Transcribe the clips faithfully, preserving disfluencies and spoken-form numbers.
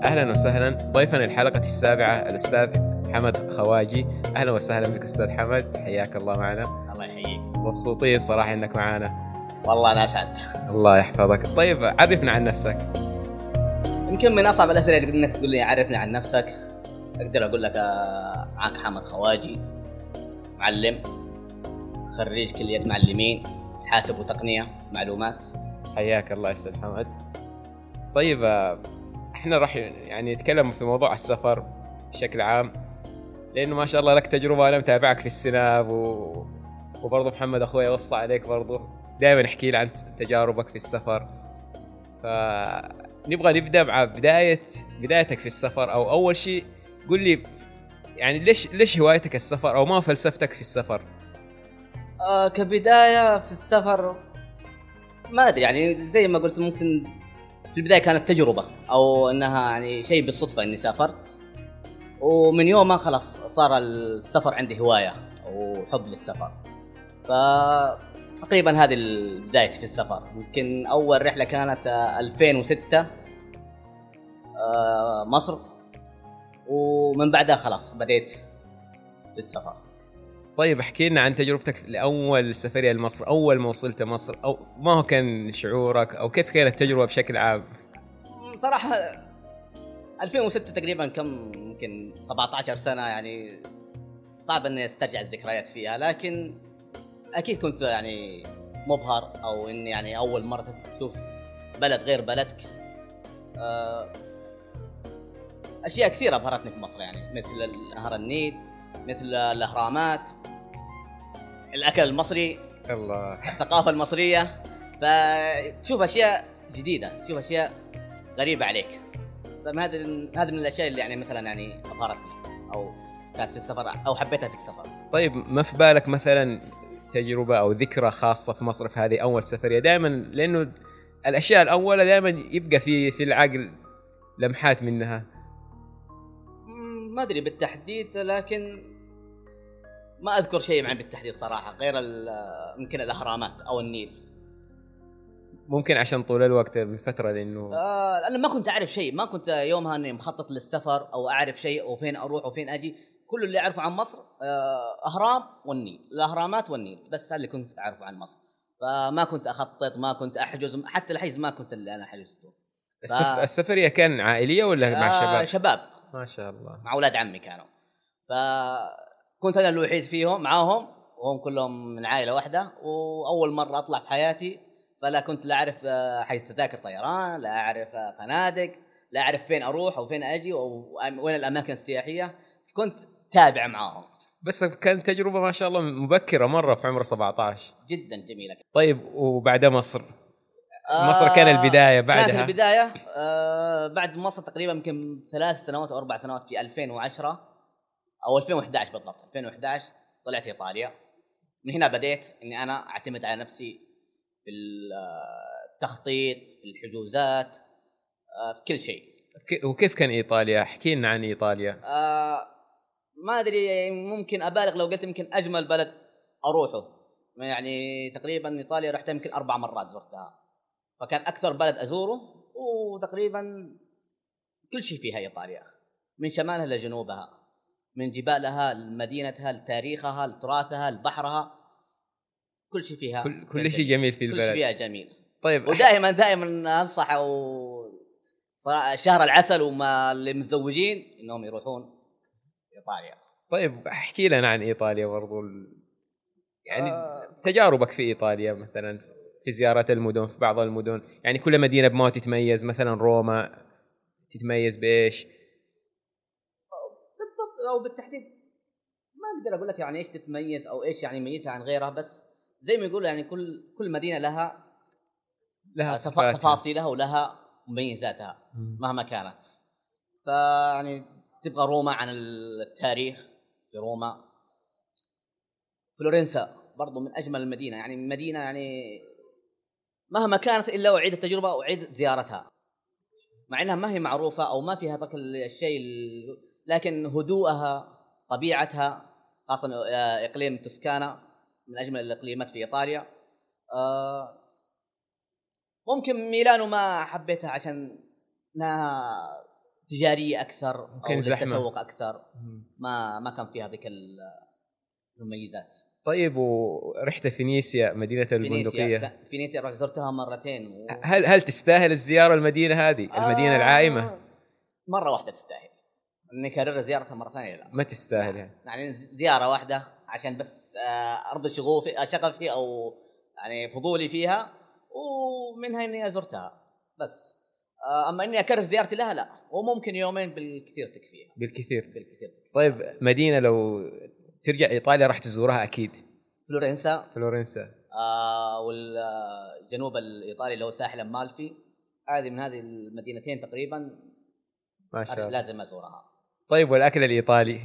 أهلا وسهلا. ضيفنا الحلقة السابعة الأستاذ حمد خواجي. أهلا وسهلا بك أستاذ حمد، حياك الله معنا. الله يحييك. مبسوطين صراحة إنك معنا. والله أنا أسعد. الله يحفظك. طيب عرفنا عن نفسك. يمكن من أصعب الأسئلة إنك تقول لي عرفني عن نفسك. أقدر أقول لك معك حمد خواجي، معلم، خريج كلية معلمين حاسب وتقنية معلومات. حياك الله أستاذ حمد. طيب احنا راح يعني نتكلم في موضوع السفر بشكل عام، لأنه ما شاء الله لك تجربة. أنا متابعك في السناب و... وبرضه محمد أخوي وصى عليك برضه، دائما نحكي لي عن تجاربك في السفر. فنبغى نبدأ مع بداية بدايتك في السفر، أو أول شيء قل لي يعني ليش ليش هوايتك السفر، أو ما فلسفتك في السفر؟ آه كبداية في السفر ما أدري، يعني زي ما قلت ممكن في البداية كانت تجربة أو أنها يعني شيء بالصدفة إني سافرت، ومن يومها خلاص صار السفر عندي هواية أو حب للسفر. فتقريبا هذه البداية في السفر. يمكن أول رحلة كانت ألفين وستة مصر، ومن بعدها خلاص بديت بالسفر. طيب احكي لنا عن تجربتك لأول سفرية لمصر، أول ما وصلت مصر، أو ما هو كان شعورك، أو كيف كانت التجربة بشكل عام؟ صراحة ألفين وستة تقريبا كم يمكن سبعة عشر سنة، يعني صعب اني استرجع الذكريات فيها، لكن اكيد كنت يعني مبهر، او اني يعني اول مرة تشوف بلد غير بلدك. اشياء كثيرة ابهرتني في مصر، يعني مثل نهر النيل، مثل الاهرامات، الاكل المصري، الله، الثقافة المصرية. فتشوف اشياء جديدة، تشوف اشياء غريبة عليك. فهذا هذا من الاشياء اللي يعني مثلا يعني ابهرتني او كانت في السفر او حبيتها في السفر. طيب ما في بالك مثلا تجربة او ذكرى خاصة في مصر في هذه اول سفرية؟ دائما لانه الاشياء الاولى دائما يبقى في في العقل لمحات منها. ما ادري بالتحديد، لكن ما اذكر شيء معي بالتحديد صراحة غير يمكن الاهرامات او النيل. ممكن عشان طول الوقت بالفترة، لانه آه انا ما كنت اعرف شيء، ما كنت يومها اني مخطط للسفر او اعرف شيء وفين اروح وفين اجي. كل اللي اعرفه عن مصر اهرام والنيل، الاهرامات والنيل، بس اللي كنت اعرفه عن مصر. فما كنت اخطط، ما كنت احجز، حتى الحجز ما كنت اللي انا حجزته. السف... السفرية كان عائلية ولا مع آه شباب؟ شباب ما شاء الله، مع اولاد عمي كانوا. فكنت انا الوحيد فيهم معاهم، وهم كلهم من عائله واحده، واول مره اطلع في حياتي. فلا كنت لا اعرف حيث تذاكر طيران، لا اعرف فنادق، لا اعرف فين اروح وفين اجي وين الاماكن السياحيه. كنت تابع معاهم. بس كانت تجربة ما شاء الله مبكرة مرة في عمر سبعة عشر. جدا جميلة. طيب وبعد مصر؟ آه مصر كان البداية بعدها؟ كانت البداية آه بعد مصر تقريبا يمكن ثلاث سنوات أو أربع سنوات، في ألفين وعشرة أو ألفين وإحدى عشر بالضبط. ألفين وإحدى عشر طلعت إيطاليا. من هنا بديت إني أنا أعتمد على نفسي في التخطيط، في الحجوزات، آه في كل شيء. وكيف كان إيطاليا؟ احكي لنا عن إيطاليا. آه ما أدري، ممكن أبالغ لو قلت يمكن أجمل بلد أروحه. يعني تقريبا إيطاليا رحتها يمكن أربع مرات زرتها، فكان أكثر بلد أزوره. وتقريبا كل شيء فيها إيطاليا، من شمالها لجنوبها، من جبالها لمدينتها لتاريخها لتراثها لبحرها، كل شيء فيها. كل, كل شيء جميل في البلد، كل شيء فيها جميل. طيب ودائما دائما أنصح أو شهر العسل وما اللي متزوجين إنهم يروحون إيطاليا. طيب احكي لنا عن إيطاليا برضو، يعني آه تجاربك في إيطاليا مثلا في زيارة المدن، في بعض المدن يعني كل مدينة بما تتميز. مثلا روما تتميز بإيش بالضبط أو بالتحديد؟ ما أقدر أقول لك يعني إيش تتميز أو إيش يعني يميزها عن غيرها، بس زي ما يقولوا يعني كل كل مدينة لها لها صفاتها، تفاصيلها ولها مميزاتها مهما كانت. فيعني تبغى روما عن التاريخ، في روما. فلورنسا برضو من أجمل المدينة، يعني مدينة يعني مهما كانت إلا وعيد التجربة وعيد زيارتها، مع أنها ما هي معروفة أو ما فيها ذاك الشيء، لكن هدوءها، طبيعتها، خاصة إقليم توسكانا من أجمل الإقليمات في إيطاليا. ممكن ميلانو ما حبيتها عشان انها تجاريه اكثر ممكن او زحمة. للتسوق اكثر، ما ما كان فيها ذيك المميزات. طيب ورحت فينيسيا مدينة البندقية؟ فينيسيا فينيسيا رحت زرتها مرتين و... هل هل تستاهل الزيارة المدينة هذه المدينة آه العائمة؟ مرة واحدة تستاهل، نكرر زيارتها مرة ثانية لا ما تستاهل يعني, يعني زيارة واحدة عشان بس أرض شغوفي شغفي أو يعني فضولي فيها، ومنها إني زرتها بس. أما إني أكرر زيارتي لها لا، وممكن يومين بالكثير تكفيها. بالكثير بالكثير تكفيها. طيب مدينة لو ترجع إيطاليا راح تزورها أكيد؟ فلورنسا. فلورنسا آه والجنوب الإيطالي اللي هو ساحل أمالفي، هذه من هذه المدينتين تقريبا ما شاء الله لازم أزورها. طيب والأكل الإيطالي؟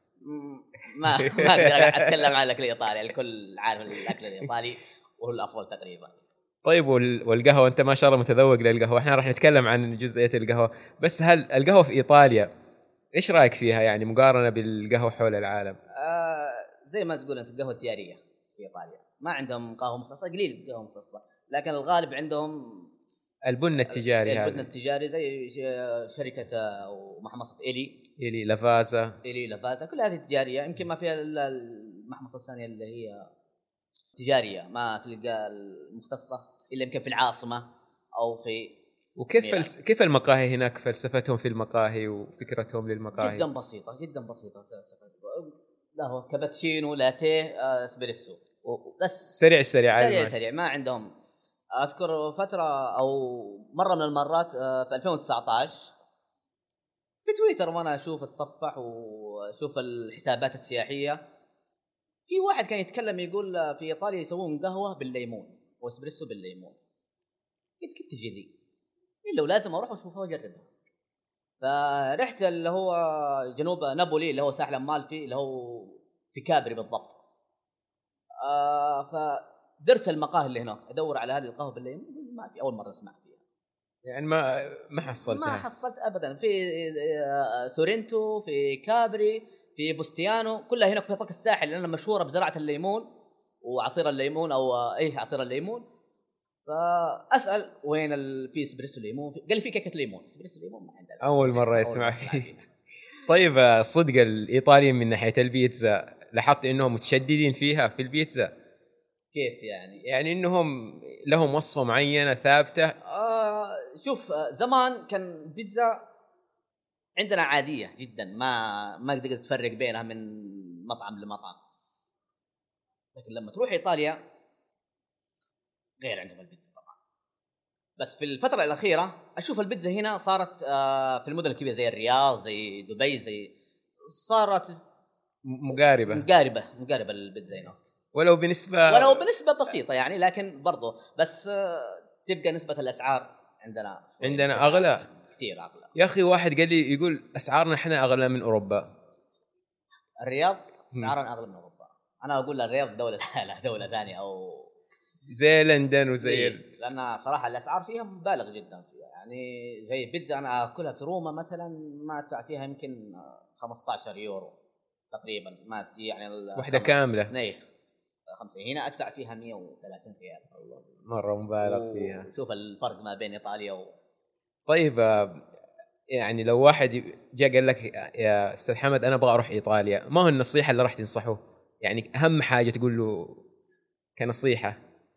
ما ما أقدر أتكلم عن الأكل الإيطالي، الكل عارف الأكل الإيطالي وهو الأفضل تقريبا. طيب والقهوة، أنت ما شاء الله متذوق للقهوة، إحنا راح نتكلم عن جزئية القهوة، بس هل القهوة في إيطاليا إيش رأيك فيها يعني مقارنة بالقهوة حول العالم؟ آه زي ما تقول أنت القهوة التجارية في إيطاليا ما عندهم قهوة مختصة، قليل قهوة مختصة، لكن الغالب عندهم البن التجاري. هذا البن التجاري زي شركة أو محمصة إلي إلي لافازا إلي لافازا كل هذه تجارية. يمكن ما فيها المحمصة الثانية اللي هي تجارية ما تلقى المختصة إلا يمكن في العاصمة أو في. وكيف فلس... كيف المقاهي هناك، فلسفتهم في المقاهي وفكرتهم للمقاهي؟ جدا بسيطة جدا بسيطة، قهوة كابتشينو لاتيه اسبريسو بس سريع سريع سريع سريع ما عندهم. أذكر فترة أو مرة من المرات في ألفين وتسعة عشر في تويتر وأنا أشوف أتصفح وأشوف الحسابات السياحية، في واحد كان يتكلم يقول في إيطاليا يسوون قهوة بالليمون واسبريسو بالليمون. قلت كيف تجي ذي إلا ولازم أروح وأشوفها وأجربها. فرحت اللي هو جنوب نابولي اللي هو ساحل أمالفي اللي هو في كابري بالضبط. آه فدرت المقاهي اللي هناك أدور على هذه القهوة بالليمون، ما في، أول مرة أسمع فيها يعني ما ما حصلتها؟ ما حصلت أبدا. في سورينتو في كابري في بوستيانو كلها هناك في طرق الساحل لأنها مشهورة بزراعة الليمون وعصير الليمون أو أي عصير الليمون. فأسأل وين البي اسبريسو ليمون، قال لي في كيكة ليمون اسبريسو ليمون ما عندنا. أول مرة يسمع فيه. طيب صدق الإيطاليين من ناحية البيتزا لاحظت إنهم متشددين فيها في البيتزا؟ كيف يعني؟ يعني إنهم لهم وصفة معينة ثابتة؟ آه شوف زمان كان بيتزا عندنا عادية جدا ما ما تقدر تفرق بينها من مطعم لمطعم، لكن لما تروح إيطاليا غير عندهم البيتزا طبعا. بس في الفترة الأخيرة أشوف البيتزا هنا صارت آه في المدن الكبيرة زي الرياض زي دبي زي صارت مقاربة مقاربة مقاربة للبيتزا هنا، ولو بنسبة ولو بنسبة بسيطة يعني، لكن برضو بس آه تبقى نسبة الأسعار عندنا عندنا أغلى كثير أغلى. يا أخي واحد قال لي يقول أسعارنا إحنا أغلى من أوروبا. الرياض أسعارنا أغلى من أوروبا. أنا أقول الرياض دولة لا دولة ثانية أو زي لندن وزي إيه؟ لأن صراحة الأسعار فيها مبالغ جدا فيها يعني. زي بيتزا أنا أكلها في روما مثلا ما أدفع فيها يمكن خمسة عشر يورو تقريبا، ما تجي يعني واحدة كاملة. نيه خمسة، هنا أدفع فيها مية وثلاثين ريال. مرة مبالغ فيها. شوف الفرق ما بين إيطاليا و... طيب يعني لو واحد جاء قال لك يا أستاذ حمد أنا أبغى أروح إيطاليا، ما هو النصيحة اللي راح تنصحه؟ يعني أهم حاجة تقول له كنصيحة.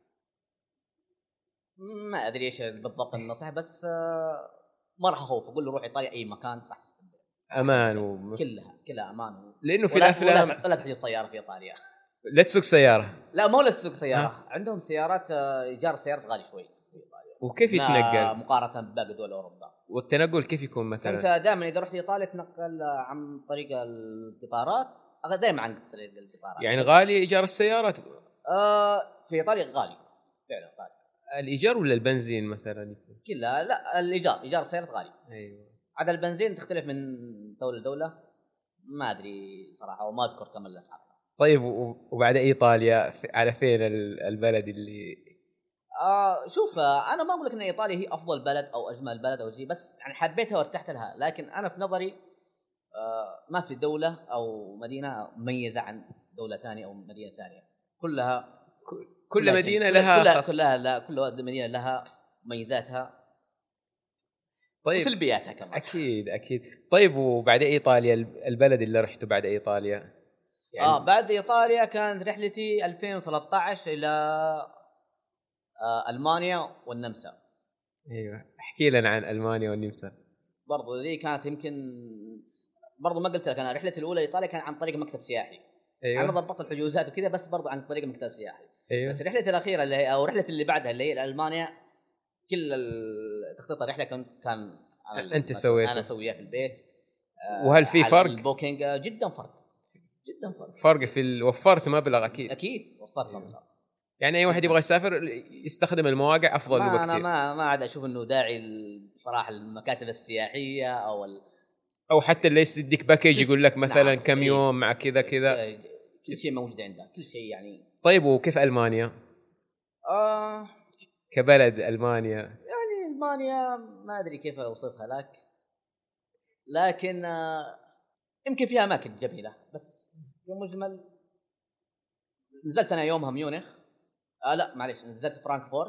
ما أدري إيش بالضبط النصيحة، بس ما راح أخوف أقول له روح إيطاليا أي مكان راح تستمتع. أمان و... كلها كلها أمان و... لأنه في ولا الأفلام ولا, ولا تحجز سيارة في إيطاليا. لا تسوق سيارة. لا مو لا تسوق سيارة ها؟ عندهم سيارات إيجار سيارات غالي شوي في إيطاليا. وكيف يتنقل مقارنة بباقي دول أوروبا؟ والتنقل كيف يكون مثلا؟ أنت دائما إذا رحت إيطاليا تنقل عن طريق القطارات، دائما عن طريق القطارات. يعني غالي إيجار السيارات؟ آه في إيطاليا غالي فعلا غالي. الإيجار ولا البنزين مثلا؟ كلها لا الإيجار إيجار السيارات غالي. أيوة. عدا البنزين تختلف من دولة لدولة ما أدري صراحة وما أذكر كم الأسعار. طيب وبعد إيطاليا على فين البلد اللي آه شوف أنا ما أقول لك إن إيطاليا هي أفضل بلد أو أجمل بلد أو شيء، بس يعني حبيتها وارتحت لها، لكن أنا في نظري آه ما في دولة أو مدينة مميزة عن دولة ثانية أو مدينة ثانية. كلها كل مدينة لها كلها, كلها لا كل مدينة لها مميزاتها. طيب وسلبياتها كمان. اكيد اكيد. طيب وبعد ايطاليا البلد اللي رحته بعد ايطاليا؟ يعني اه بعد ايطاليا كانت رحلتي ألفين وثلاثة عشر الى آه المانيا والنمسا. ايوه احكي لنا عن المانيا والنمسا. برضو ذي كانت يمكن برضو ما قلت لك انا رحلتي الاولى ايطاليا كان عن طريق مكتب سياحي. أيوة. انا ضبطت الحجوزات وكذا بس برضو عن طريق مكتب سياحي. أيوة. بس رحلتي الاخيره اللي هي او رحلتي اللي بعدها اللي هي المانيا كل التخطيط الرحله كان كان انت سويته؟ انا اسويها في البيت. وهل في فرق؟ البوكينج جدا فرق جدا فرق فرق في ال... وفرت مبلغ اكيد. اكيد وفرت أيوة. مبلغ. يعني اي واحد يبغى يسافر يستخدم المواقع افضل له بكثير. انا ما ما عاد اشوف انه داعي بصراحه المكاتب السياحيه او ال... او حتى اللي يديك باكيج يقول لك مثلا نعم. كم يوم إيه. مع كذا كذا كل شيء موجود عنده كل شيء يعني. طيب وكيف المانيا؟ آه كبلد المانيا يعني المانيا ما ادري كيف اوصفها لك لكن آه يمكن فيها اماكن جميله بس كمجمل نزلت انا يومها ميونخ. آه لا معلش نزلت فرانكفورت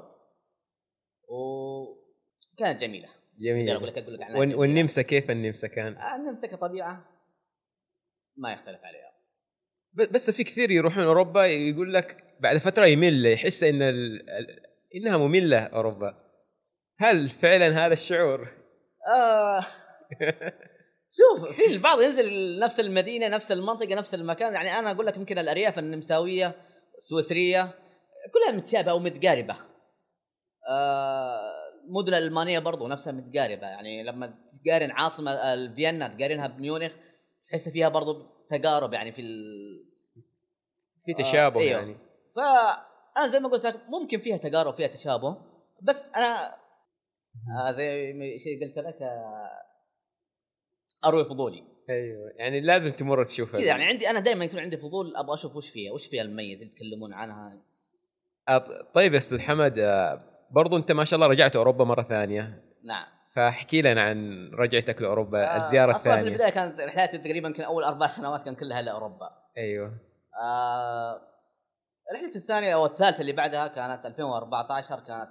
وكانت جميله جميله. اقول لك اقول لك عنها ون... والنمسا كيف النمسا كان؟ آه النمسا كطبيعه ما يختلف عليها. بس في كثير يروحون اوروبا يقول لك بعد فتره يمل يحس ان ال... انها ممله اوروبا. هل فعلا هذا الشعور؟ آه شوف في البعض ينزل نفس المدينه نفس المنطقه نفس المكان. يعني انا اقول لك يمكن الارياف النمساويه السويسريه كلها متشابهه او متقاربه. آه المدن الالمانيه برضو نفسها متقاربه. يعني لما تقارن عاصمه فيينا تقارنها بميونخ تحس فيها برضو تقارب يعني في ال... في تشابه. آه أيوه. يعني فانا زي ما قلت لك ممكن فيها تقارب فيها تشابه بس انا آه زي شيء قلت لك آه اروي فضولي. ايوه يعني لازم تمر تشوفها كذا. يعني عندي انا دائما يكون عندي فضول ابغى اشوف وش فيها وش فيها المميز اللي يتكلمون عنها. طيب يا استاذ حمد برضو انت ما شاء الله رجعت اوروبا مره ثانيه. نعم. فاحكي لنا عن رجعتك لاوروبا. آه الزياره أصلاً الثانيه. في البدايه كانت رحلاتي تقريبا كان اول اربع سنوات كان كلها لاوروبا. ايوه. آه رحلتي الثانيه او الثالثه اللي بعدها كانت ألفين وأربعة عشر كانت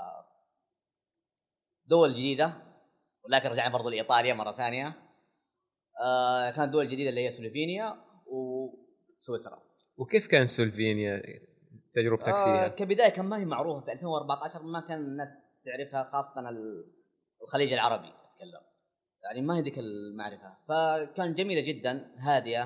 لدول جديده ولكن رجعنا برضو لايطاليا مره ثانيه. آه كانت دول جديده اللي هي سلوفينيا وسويسرا. وكيف كان سلوفينيا تجربتك آه فيها؟ كبدايه كان ما هي معروفه في ألفين وأربعة عشر ما كان الناس تعرفها خاصه الخليج العربي تتكلم يعني ما هي ذيك المعرفه. فكان جميله جدا هاديه.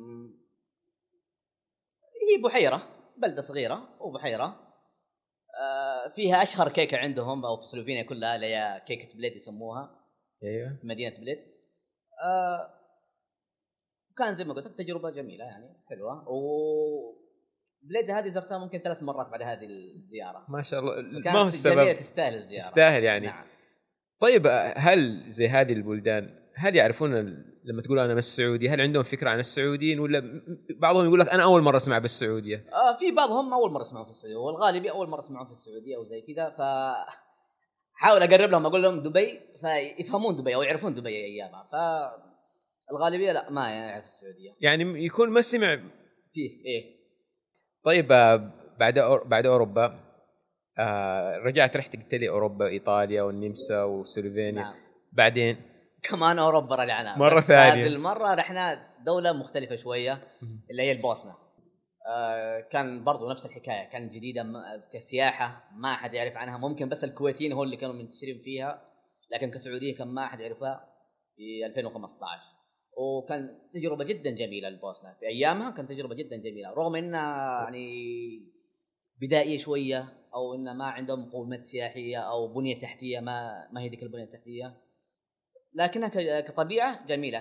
هي بحيره بلده صغيره وبحيره آه فيها اشهر كيكه عندهم او في سلوفينيا كلها اللي هي كيكه بليد يسموها. ايوه مدينه بليد. آه كان زي ما قلت تجربه جميله يعني حلوه. و بليد هذه زرتها ممكن ثلاث مرات بعد هذه الزياره. ما شاء الله. ما هو السبب؟ جميله تستاهل الزياره. تستاهل يعني. نعم. طيب هل زي هذه البلدان هل يعرفون لما تقول انا من السعوديه هل عندهم فكره عن السعوديين ولا بعضهم يقول لك انا اول مره اسمع بالسعوديه؟ آه في بعضهم اول مره يسمعون في السعوديه والغالبيه اول مره يسمعون في السعوديه او زي كذا. ف حاول اقرب لهم اقول لهم دبي فيفهمون دبي او يعرفون دبي ايامها. فالغالبيه لا ما يعرف السعوديه يعني يكون ما سمع فيه. ايه. طيب بعد أور... بعد اوروبا آه رجعت رحت قلت لي اوروبا ايطاليا والنمسا وسلوفينيا. نعم. بعدين كمان اوروبا رجعنا مره ثانيه. هذه المره رحنا دوله مختلفه شويه اللي هي البوسنه. آه كان برضو نفس الحكايه كانت جديده كسياحه ما حد يعرف عنها. ممكن بس الكويتيين هو اللي كانوا منتشرين فيها لكن كسعوديه كان ما حد يعرفها في ألفين وخمسة عشر. وكان تجربه جدا جميله البوسنه في ايامها كانت تجربه جدا جميله رغم انها يعني بدائيه شويه او ان ما عندهم مقومات سياحيه او بنيه تحتيه ما ما هي ذيك البنيه التحتيه لكنها كطبيعه جميله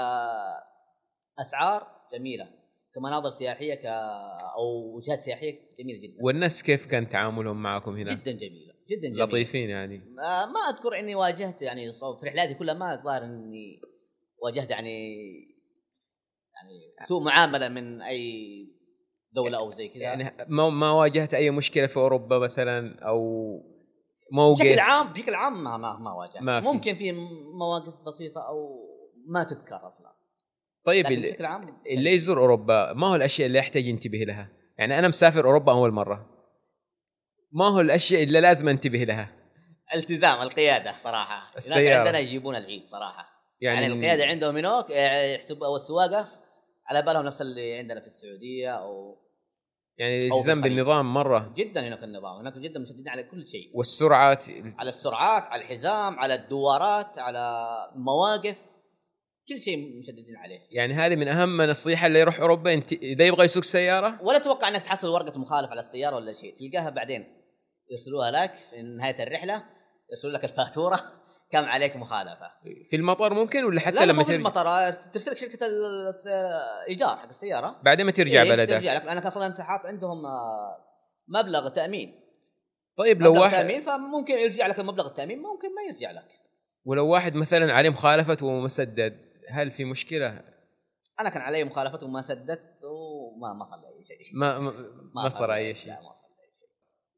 كاسعار جميله كمناظر سياحيه ك او وجهات سياحيه جميله جدا. والناس كيف كان تعاملهم معكم هنا؟ جدا جميله جدا جميله لطيفين يعني. ما اذكر اني واجهت يعني في رحلاتي كلها ما الظاهر اني واجهت يعني يعني سوء معامله من اي دوله او زي كذا. يعني ما ما واجهت اي مشكله في اوروبا مثلا او موقف بشكل عام بشكل عام ما ما, ما واجهت. ما في. ممكن في مواقف بسيطه او ما تذكر اصلا. طيب بشكل عام اللي يزور اوروبا ما هو الاشياء اللي يحتاج ينتبه لها؟ يعني انا مسافر اوروبا اول مره ما هو الاشياء اللي لازم انتبه لها؟ التزام القياده صراحه. السيارة. عندنا يجيبون العيد صراحه يعني, يعني القياده عندهم هناك يحسب او السواقه على بالهم نفس اللي عندنا في السعوديه او يعني التزام بالنظام مره جدا. هناك النظام هناك جدا مشددين على كل شيء، والسرعات، على السرعات، على الحزام، على الدوارات، على المواقف، كل شيء مشددين عليه. يعني هذه من اهم نصيحه اللي يروح اوروبا انت اذا يبغى يسوق سياره ولا تتوقع انك تحصل ورقه مخالفه على السياره ولا شيء، تلقاها بعدين يرسلوها لك في نهايه الرحله، يرسلوا لك الفاتوره كم عليك مخالفه. في المطار ممكن ولا حتى لا لما ترجع في المطار ترسلك شركه الايجار حق السياره بعدين ما ترجع إيه بلدك. ترجع لك لانك اصلا انت حاط عندهم مبلغ تامين. طيب لو واحد تامين فممكن يرجع لك المبلغ التامين، ممكن ما يرجع لك. ولو واحد مثلا عليه مخالفه ومسدد، هل في مشكله؟ انا كان علي مخالفه وما سددت وما ما صار اي شيء. ما ما, ما صار اي شيء. لا ما صار اي شيء.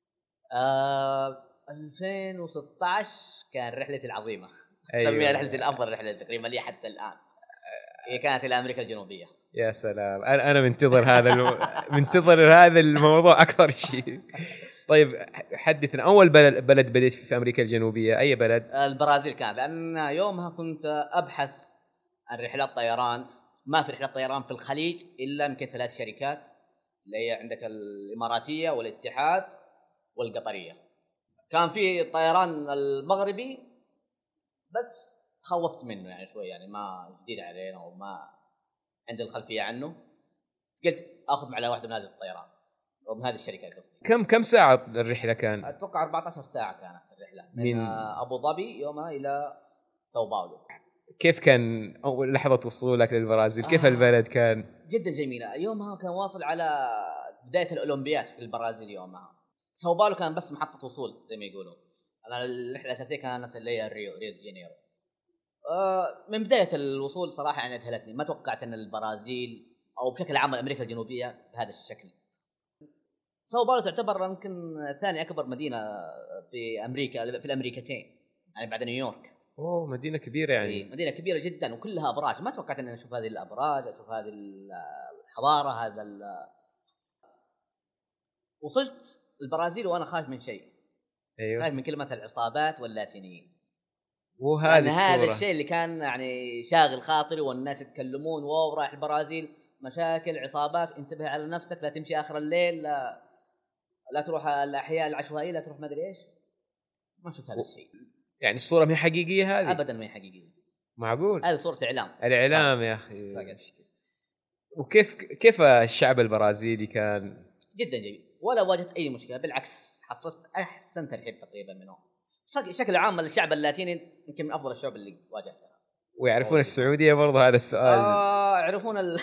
آه ألفين وستة عشر كان رحلتي العظيمه. أيوة. سميها رحلتي الافضل رحله تقريبا لي حتى الان. هي كانت الى امريكا الجنوبيه. يا سلام، انا انا منتظر هذا الم... منتظر هذا الموضوع اكثر شيء. طيب حدثنا اول بلد بلد بديت في امريكا الجنوبيه، اي بلد؟ البرازيل كان، لان يومها كنت ابحث عن رحلات طيران. ما في رحلات طيران في الخليج الا يمكن ثلاث شركات، اللي هي عندك الاماراتيه والاتحاد والقطريه. كان في طيران المغربي بس خوفت منه يعني شوي، يعني ما جديد علينا وما عندي الخلفيه عنه. قلت اخذ معي واحده من هذه الطيران او من هذه الشركات قصدي. كم كم ساعه الرحله كان؟ اتوقع أربعة عشر ساعه كانت الرحله من, من ابو ظبي يومها الى ساو باولو. كيف كان اول لحظه وصولك للبرازيل؟ كيف آه البلد كان؟ جدا جميله. يومها كان واصل على بدايه الاولمبياد في البرازيل. يومها ساو باولو كان بس محطه وصول زي ما يقولوا. انا الرحله الاساسيه كانت اللي هي ريو ريو دي جانيرو. آه من بدايه الوصول صراحه يعني اذهلتني، ما توقعت ان البرازيل او بشكل عام امريكا الجنوبيه بهذا الشكل. ساو باولو تعتبر يمكن ثاني اكبر مدينه في امريكا، في الامريكتين يعني بعد نيويورك. اوه مدينه كبيره يعني. مدينه كبيره جدا وكلها ابراج. ما توقعت ان اشوف هذه الابراج، اشوف هذه الحضاره. هذا وصلت البرازيل وانا خايف من شيء. أيوه. خايف من كلمه العصابات واللاتينيين. وهذا هذا الشيء اللي كان يعني شاغل خاطري، والناس يتكلمون واو رايح البرازيل مشاكل عصابات، انتبه على نفسك، لا تمشي اخر الليل، لا, لا تروح الاحياء العشوائيه، لا تروح ما ادري ايش. ما شفت هذا الشيء. يعني الصوره ما هي حقيقيه هذه؟ ابدا ما هي حقيقيه. معقول؟ هذه صوره اعلام. الاعلام يا اخي. وكيف كيف الشعب البرازيلي كان؟ جدا جميل، ولا واجهت اي مشكله، بالعكس حصلت احسن ترحيب تقريبا منهم. بشكل عام الشعب اللاتيني يمكن من افضل الشعوب اللي واجهتها. ويعرفون السعوديه برضه هذا السؤال؟ اه يعرفون ال...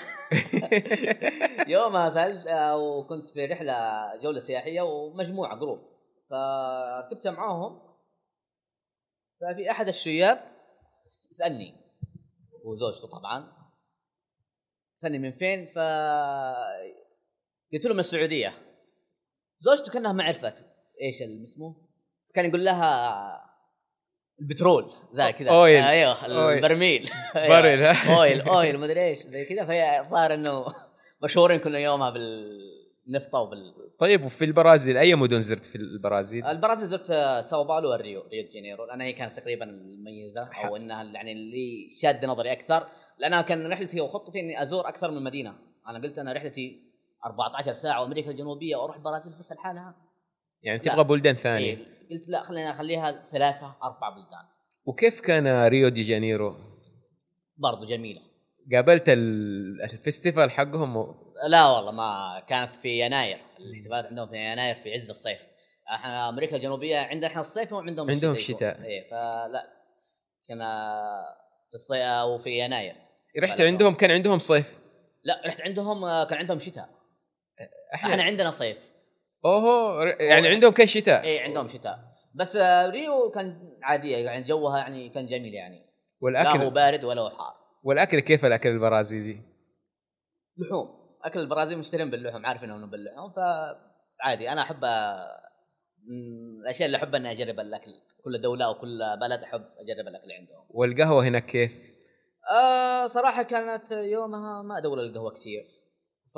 يوم سالت وكنت في رحله جوله سياحيه ومجموعه جروب، فركبت معاهم. ففي احد الشياب يسالني وزوجته طبعا، سألني من فين، ف قلت له من السعوديه. زوجته كانها ما عرفت ايش اسمه، كان يقول لها البترول ذا كذا. أويل. ايوه البرميل بريل اويل اويل ما ادري ايش زي كذا. فهي ظاهر انه مشهورين كل يومها بالنفط وبال. طيب وفي البرازيل اي مدن زرت في البرازيل؟ البرازيل زرت ساو باولو والريو ريو دي جانيرو، لأنها هي كانت تقريبا المميزه او انها يعني اللي شاد نظري اكثر، لانها كان رحلتي وخطتي اني ازور اكثر من مدينه. انا قلت انا رحلتي أربعة عشر ساعه وامريكا الجنوبيه واروح البرازيل بس لحالها، يعني تبغى بلدان ثانيه. إيه. قلت لا خلينا اخليها ثلاثه اربع بلدان. وكيف كان ريو دي جانيرو؟ برضو جميله. قابلت الفستيفال حقهم و... لا والله ما كانت في يناير. الاحتفالات عندهم في يناير في عز الصيف. احنا امريكا الجنوبيه عندنا احنا الصيف وعندهم عندهم الشتاء. ايه فلا كان في الصيف او في يناير. رحت عندهم كان عندهم صيف؟ لا رحت عندهم كان عندهم شتاء. احنا, احنا عندنا صيف. اوه يعني عندهم كان شتاء. ايه عندهم شتاء بس ريو كان عاديه يعني جوها يعني كان جميل يعني. والاكل لا هو بارد ولا هو حار. والاكل كيف الاكل البرازيلي؟ لحوم. اكل البرازيل مشترين باللحوم، عارف انهم باللحوم فعادي. انا احب الاشياء اللي احب اني اجرب الاكل. كل دوله او كل بلد احب اجرب الاكل عندهم. والقهوه هناك كيف؟ آه صراحه كانت يومها ما ادور القهوه كثير، ف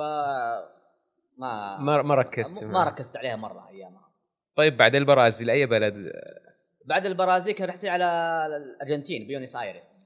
ما ما, ما ركزت ما ركزت عليها مره ايامها. طيب بعد البرازيل اي بلد بعد البرازيل كان رحت على الارجنتين بيونس ايرس.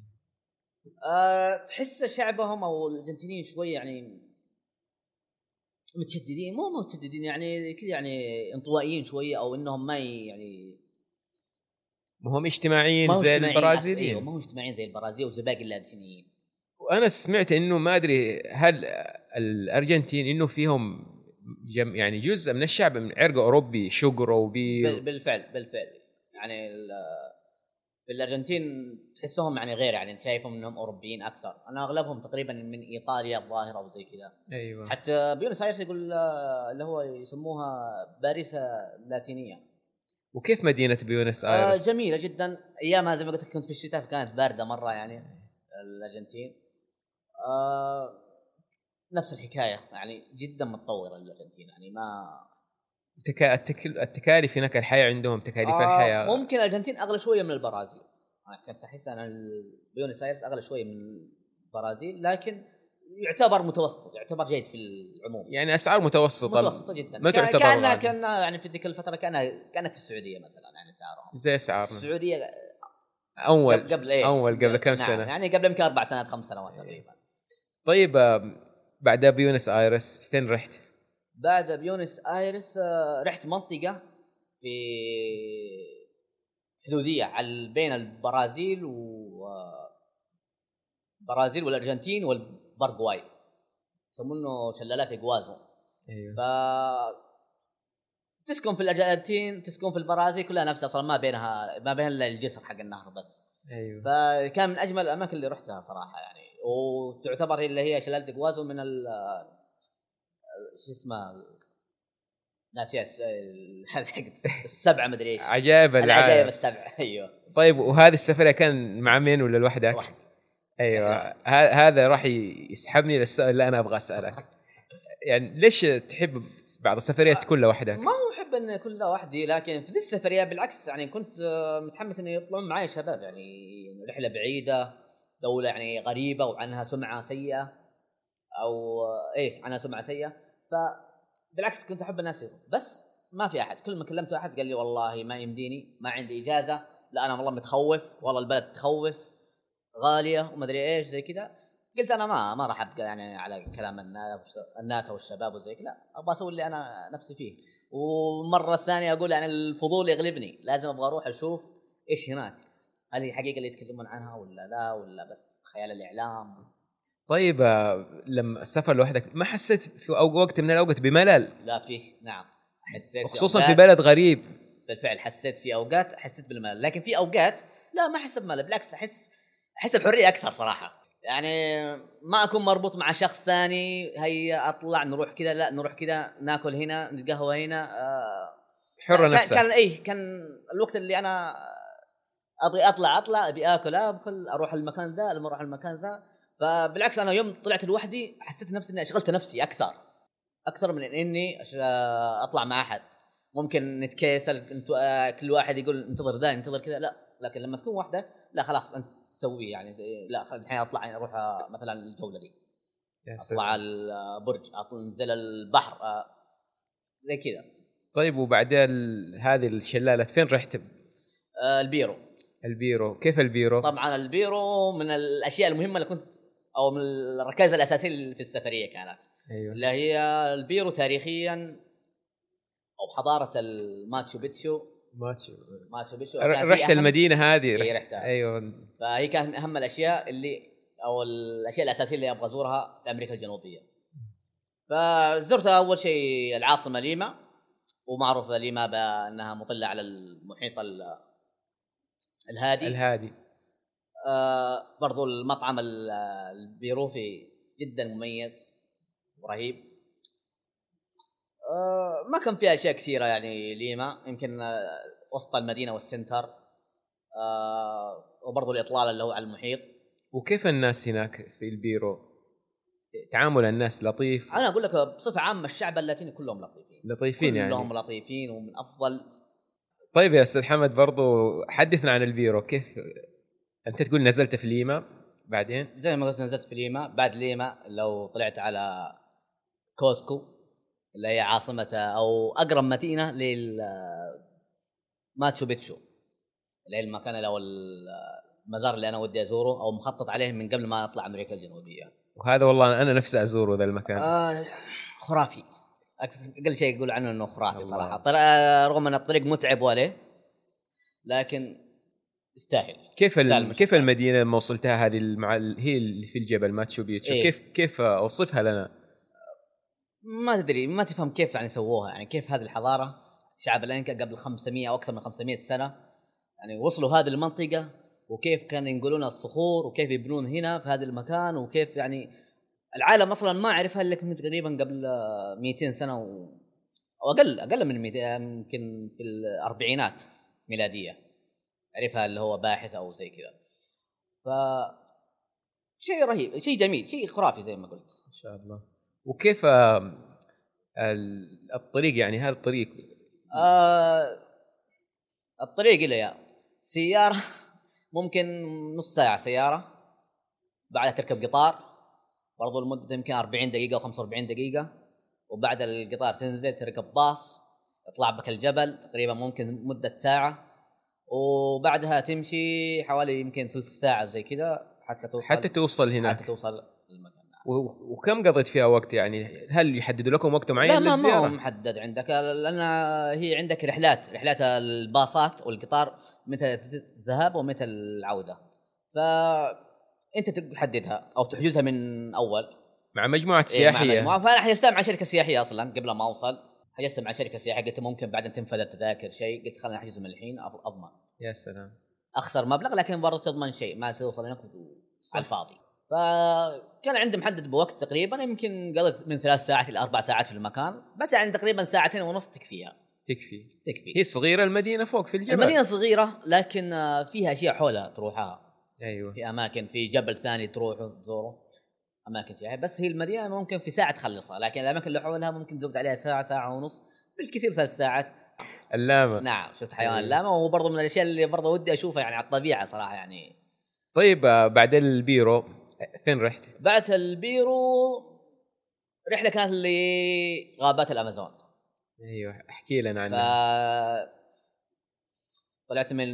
أه تحس شعبهم او الارجنتينيين شوي يعني متشددين، مو متشددين يعني كذا يعني انطوائيين شويه، او انهم ما يعني ما هم اجتماعيين زي البرازيليين. ايوه ما هم اجتماعيين زي البرازيل وزي باقي الارجنتينيين. وانا سمعت انه ما ادري هل الارجنتين انه فيهم جم يعني جزء من الشعب من عرق اوروبي شقره وبي. بالفعل بالفعل يعني في الارجنتين تحسهم يعني غير يعني شايفهم انهم اوروبيين اكثر. انا اغلبهم تقريبا من ايطاليا الظاهره او زي كذا. ايوه حتى بيونس ايرس يقول اللي هو يسموها باريس اللاتينيه. وكيف مدينه بيونس ايرس؟ آه جميله جدا. ايامها زي ما قلت كنت في الشتاء فكانت بارده مره يعني الارجنتين. آه نفس الحكايه يعني جدا متطوره الارجنتين يعني ما التكا... التكل... التكاليف هناك الحياه عندهم تكاليف آه الحياه ممكن الارجنتين اغلى شويه من البرازيل. انا كنت احس ان بيونس ايرس اغلى شويه من البرازيل لكن يعتبر متوسط، يعتبر جيد في العموم يعني اسعار متوسطه متوسطه جدا. ما تعتبر كانها كان يعني في ذيك الفتره كان كانك في السعوديه مثلا يعني اسعارهم زي اسعارنا السعوديه اول قبل إيه؟ اول قبل كم نعم سنه يعني قبل يمكن اربع سنوات خمس سنوات تقريبا. طيب بعد بيونس ايرس فين رحت؟ بعد بيونس ايرس رحت منطقه في حدوديه على بين البرازيل و البرازيل والارجنتين والبرغواي، يسمونه شلالات إغوازو. ايوه ف تسكن في الارجنتين تسكن في البرازيل كلها نفس اصلا ما بينها ما بين الجسر حق النهر بس. ايوه فكان من اجمل الاماكن اللي رحتها صراحه يعني. وتعتبر اللي هي شلالة إغوازو من ال شو اسمه ناسيت هذا حق السبعه مدري ايش عجائب العالم العجائب السبعه. ايوه طيب وهذه السفريه كان مع مين ولا لوحدك؟ واحد. ايوه هذا راح يسحبني للسؤال اللي انا ابغى اسالك. يعني ليش تحب بعض السفريات تكون لوحدك؟ ما هو احب ان كل لوحدي، لكن في ذي السفريه بالعكس يعني كنت متحمس ان يطلعون معي شباب يعني رحله بعيده دوله يعني غريبه وعنها سمعه سيئه او ايه عنها سمعه سيئه. فبالعكس كنت احب الناس يروح بس ما في احد. كل ما كلمت احد قال لي والله ما يمديني ما عندي اجازه، لا انا والله متخوف والله البلد تخوف غاليه وما ادري ايش زي كذا. قلت انا ما ما راح ابقى يعني على كلام الناس الناس والشباب وزي كذا، ابغى اسوي اللي انا نفسي فيه. ومره ثانيه اقول يعني الفضول يغلبني، لازم ابغى اروح اشوف ايش هناك، هل هي حقيقه اللي يتكلمون عنها ولا لا ولا بس خيال الاعلام. طيب لما السفر لوحدك ما حسيت في وقت من الاوقات بملل؟ لا فيه نعم حسيت، خصوصا في بلد غريب. بالفعل حسيت في اوقات حسيت بالملل، لكن في اوقات لا ما احس بملل، بالعكس احس احس بحريه اكثر صراحه. يعني ما اكون مربوط مع شخص ثاني هيا اطلع نروح كذا لا نروح كذا ناكل هنا نتقهوى هنا. آه حرة نفسك. كان ايه كان الوقت اللي انا ابغي اطلع اطلع ابي اكل اكل اروح المكان ذا لما اروح المكان ذا. فبالعكس انا يوم طلعت لوحدي حسيت نفسي اني اشغلت نفسي اكثر اكثر من اني اطلع مع احد. ممكن نتكاسل انتوا كل واحد يقول انتظر ذا انتظر كذا، لا لكن لما تكون وحدك لا خلاص انت تسويه يعني. لا الحين اطلع يعني اروح مثلا الجوله دي اطلع البرج انزل البحر زي كذا. طيب وبعدين هذه الشلالة فين رحت؟ البيرو. البيرو كيف البيرو؟ طبعا البيرو من الاشياء المهمه اللي كنت او من الركائز الاساسيه في السفريه كانت. ايوه اللي هي البيرو تاريخيا او حضاره الماتشو بيتشو. ماتشو ماتشو بيتشو رحت المدينه هذه رحت. رحتها ايوه. فهي كانت من اهم الاشياء اللي او الاشياء الاساسيه اللي ابغى ازورها في امريكا الجنوبيه. فزرتها اول شيء العاصمه ليما، ومعروف ليما بانها مطله على المحيط الهادي الهادي. آه برضو المطعم البيروفي جدا مميز ورهيب. آه ما كان فيها اشياء كثيره يعني ليما، يمكن آه وسط المدينه والسنتر آه وبرضو الاطلال اللي هو على المحيط. وكيف الناس هناك في البيرو؟ تعامل الناس لطيف؟ انا اقول لك بصفه عامه الشعب اللاتيني كلهم لطيفين لطيفين يعني كلهم لطيفين ومن افضل. طيب يا استاذ حمد برضو حدثنا عن البيرو. كيف انت تقول نزلت في ليما بعدين؟ زي ما قلت نزلت في ليما. بعد ليما لو طلعت على كوسكو اللي هي عاصمة او اقرب مدينة لل ماتشو بيتشو. اللي هي المكان اللي هو المزار اللي انا ودي ازوره او مخطط عليه من قبل ما اطلع امريكا الجنوبيه. وهذا والله انا نفسي ازوره ذا المكان. آه خرافي، اقل شيء يقول عنه انه خرافي الله. صراحه. طلع رغم ان الطريق متعب وله لكن يستاهل. كيف الم... كيف المدينه لما وصلتها هذه المع... هي اللي في الجبل ماتشو بيتشو إيه؟ كيف كيف اوصفها لنا؟ ما تدري، ما تفهم كيف يعني سووها، يعني كيف هذه الحضاره شعب الانكا قبل خمسمية او اكثر من خمسمية سنه يعني وصلوا هذه المنطقه، وكيف كانوا ينقلون الصخور وكيف يبنون هنا في هذا المكان، وكيف يعني العالم اصلا ما عرفها الا تقريبا قبل مئتين سنه و... او اقل اقل من مئتين، يمكن في الاربعينات ميلاديه عرفها اللي هو باحث او زي كذا. ف شيء رهيب، شيء جميل، شيء خرافي زي ما قلت. ان شاء الله. وكيف الطريق يعني هذا الطريق؟ آه الطريق إلى سيارة ممكن نص ساعة سيارة، بعدها تركب قطار برضو المدة يمكن أربعين دقيقة أو خمسة وأربعين دقيقة، وبعد القطار تنزل تركب باص يطلع بك الجبل تقريبا ممكن مدة ساعة، وبعدها تمشي حوالي يمكن ثلث ساعة زي كذا حتى توصل حتى توصل هناك حتى توصل المكان. وكم قضيت فيها وقت يعني؟ هل يحددوا لكم وقت معين للزيارة؟ لا ما هو محدد عندك، لأن هي عندك رحلات رحلات الباصات والقطار متى الذهاب ومتى العودة، فأنت تحددها أو تحجزها من أول مع مجموعة سياحية. إيه مع مجموعة. فأنا حجزتها مع شركة سياحية أصلا قبل ما أوصل، حجزت مع شركة سياحية، قلت ممكن بعد أن تنفذ التذاكر شيء، قلت خلنا أحجز من الحين أضمن. يا سلام. أخسر مبلغ لكن برضو تضمن شيء ما توصل هناك على الفاضي. فكان عندي محدد بوقت تقريبا يمكن قضيت من ثلاث ساعات إلى أربع ساعات في المكان، بس يعني تقريبا ساعتين ونص تكفيها. تكفي تكفي. هي صغيرة المدينة فوق في الجبل. المدينة صغيرة لكن فيها أشياء حولها تروحها. أيوة. في أماكن في جبل ثاني تروحوا تزوروا أماكن سياحية، بس هي المدينة ممكن في ساعة تخلصها، لكن الأماكن اللي حولها ممكن تزود عليها ساعة ساعة ونص بالكثير ثلاث ساعات. اللامة. نعم شفت حيوان أيوة. اللامة، وهو برضو من الأشياء اللي برضو ودي أشوفها يعني على الطبيعة صراحة يعني. طيب بعد البيرو فين رحت؟ بعد البيرو رحلة كانت لغابات الأمازون. أيوة احكي لنا عنها. ف... طلعت من